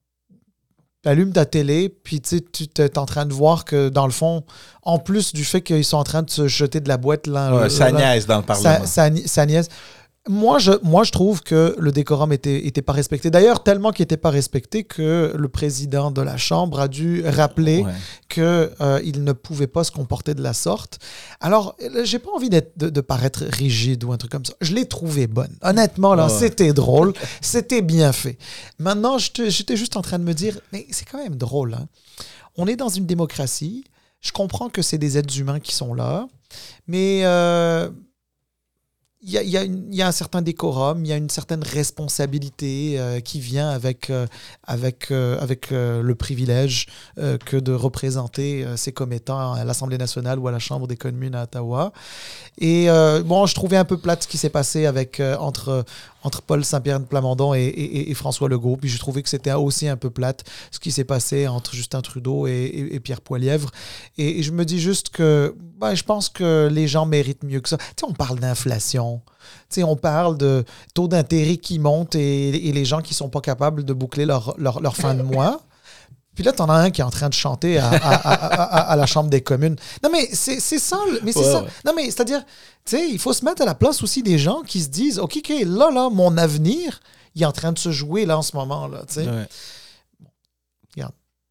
B: t'allumes ta télé, puis tu sais, tu es en train de voir que, dans le fond, en plus du fait qu'ils sont en train de se jeter de la boîte, là,
C: Ouais, sa
B: là,
C: nièce dans le Parlement.
B: sa, sa, ni- sa nièce. Moi je, moi, je trouve que le décorum était, était pas respecté. D'ailleurs, tellement qu'il n'était pas respecté que le président de la Chambre a dû rappeler
C: Ouais.
B: qu'il euh, ne pouvait pas se comporter de la sorte. Alors, euh, j'ai pas envie d'être, de, de paraître rigide ou un truc comme ça. Je l'ai trouvé bonne. Honnêtement, là,
C: Ouais.
B: c'était drôle. C'était bien fait. Maintenant, j'étais, j'étais juste en train de me dire, mais c'est quand même drôle. Hein? On est dans une démocratie. Je comprends que c'est des êtres humains qui sont là. Mais... Euh, il y a, il y a une- il y a un certain décorum, il y a une certaine responsabilité euh, qui vient avec, euh, avec, euh, avec euh, le privilège euh, que de représenter euh, ces commettants à l'Assemblée nationale ou à la Chambre des communes à Ottawa. Et euh, bon, je trouvais un peu plate ce qui s'est passé avec, euh, entre, entre Paul Saint-Pierre Plamondon et, et, et François Legault. Puis j'ai trouvé que c'était aussi un peu plate ce qui s'est passé entre Justin Trudeau et, et, et Pierre Poilievre. Et, et je me dis juste que ben, je pense que les gens méritent mieux que ça. Tu sais, on parle d'inflation. Tu sais, on parle de taux d'intérêt qui montent et, et les gens qui ne sont pas capables de boucler leur, leur, leur fin de mois. Puis là, t'en as un qui est en train de chanter à, à, à, à, à la Chambre des communes. Non, mais c'est, c'est ça. Mais c'est
C: ouais,
B: ça.
C: Ouais.
B: Non, mais c'est-à-dire, tu sais, il faut se mettre à la place aussi des gens qui se disent, OK, OK, là, là, mon avenir, il est en train de se jouer là en ce moment. Là, tu sais.
C: Ouais.
B: Bon, regarde.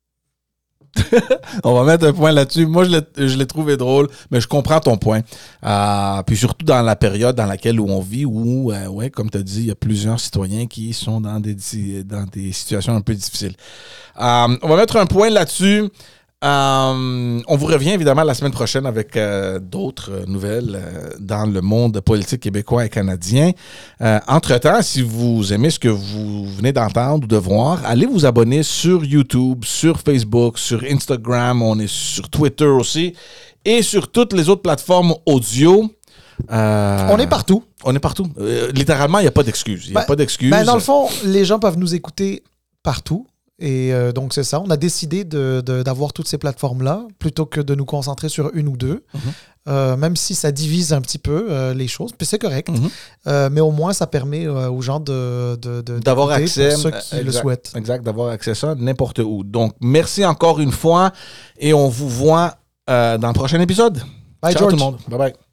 C: On va mettre un point là-dessus. Moi, je l'ai, je l'ai trouvé drôle, mais je comprends ton point. Euh, puis surtout dans la période dans laquelle où on vit, où, euh, ouais, comme tu as dit, il y a plusieurs citoyens qui sont dans des, dans des situations un peu difficiles. Euh, on va mettre un point là-dessus. Euh, on vous revient évidemment la semaine prochaine avec euh, d'autres nouvelles euh, dans le monde politique québécois et canadien. Euh, entre-temps, si vous aimez ce que vous venez d'entendre ou de voir, allez vous abonner sur YouTube, sur Facebook, sur Instagram, on est sur Twitter aussi et sur toutes les autres plateformes audio. Euh,
B: On est partout.
C: On est partout. Euh, littéralement, il n'y a pas d'excuses. Il n'y a
B: Ben,
C: pas d'excuses.
B: Ben, dans le fond, les gens peuvent nous écouter partout. Et euh, donc, c'est ça. On a décidé de, de, d'avoir toutes ces plateformes-là plutôt que de nous concentrer sur une ou deux. Mm-hmm. Euh, même si ça divise un petit peu euh, les choses. Puis c'est correct. Mm-hmm. Euh, mais au moins, ça permet euh, aux gens de, de, de,
C: d'avoir accès.
B: Pour ceux qui
C: exact,
B: le souhaitent.
C: Exact, d'avoir accès à ça n'importe où. Donc, merci encore une fois. Et on vous voit euh, dans le prochain épisode.
B: Bye,
C: Ciao
B: George.
C: tout le monde. Bye bye.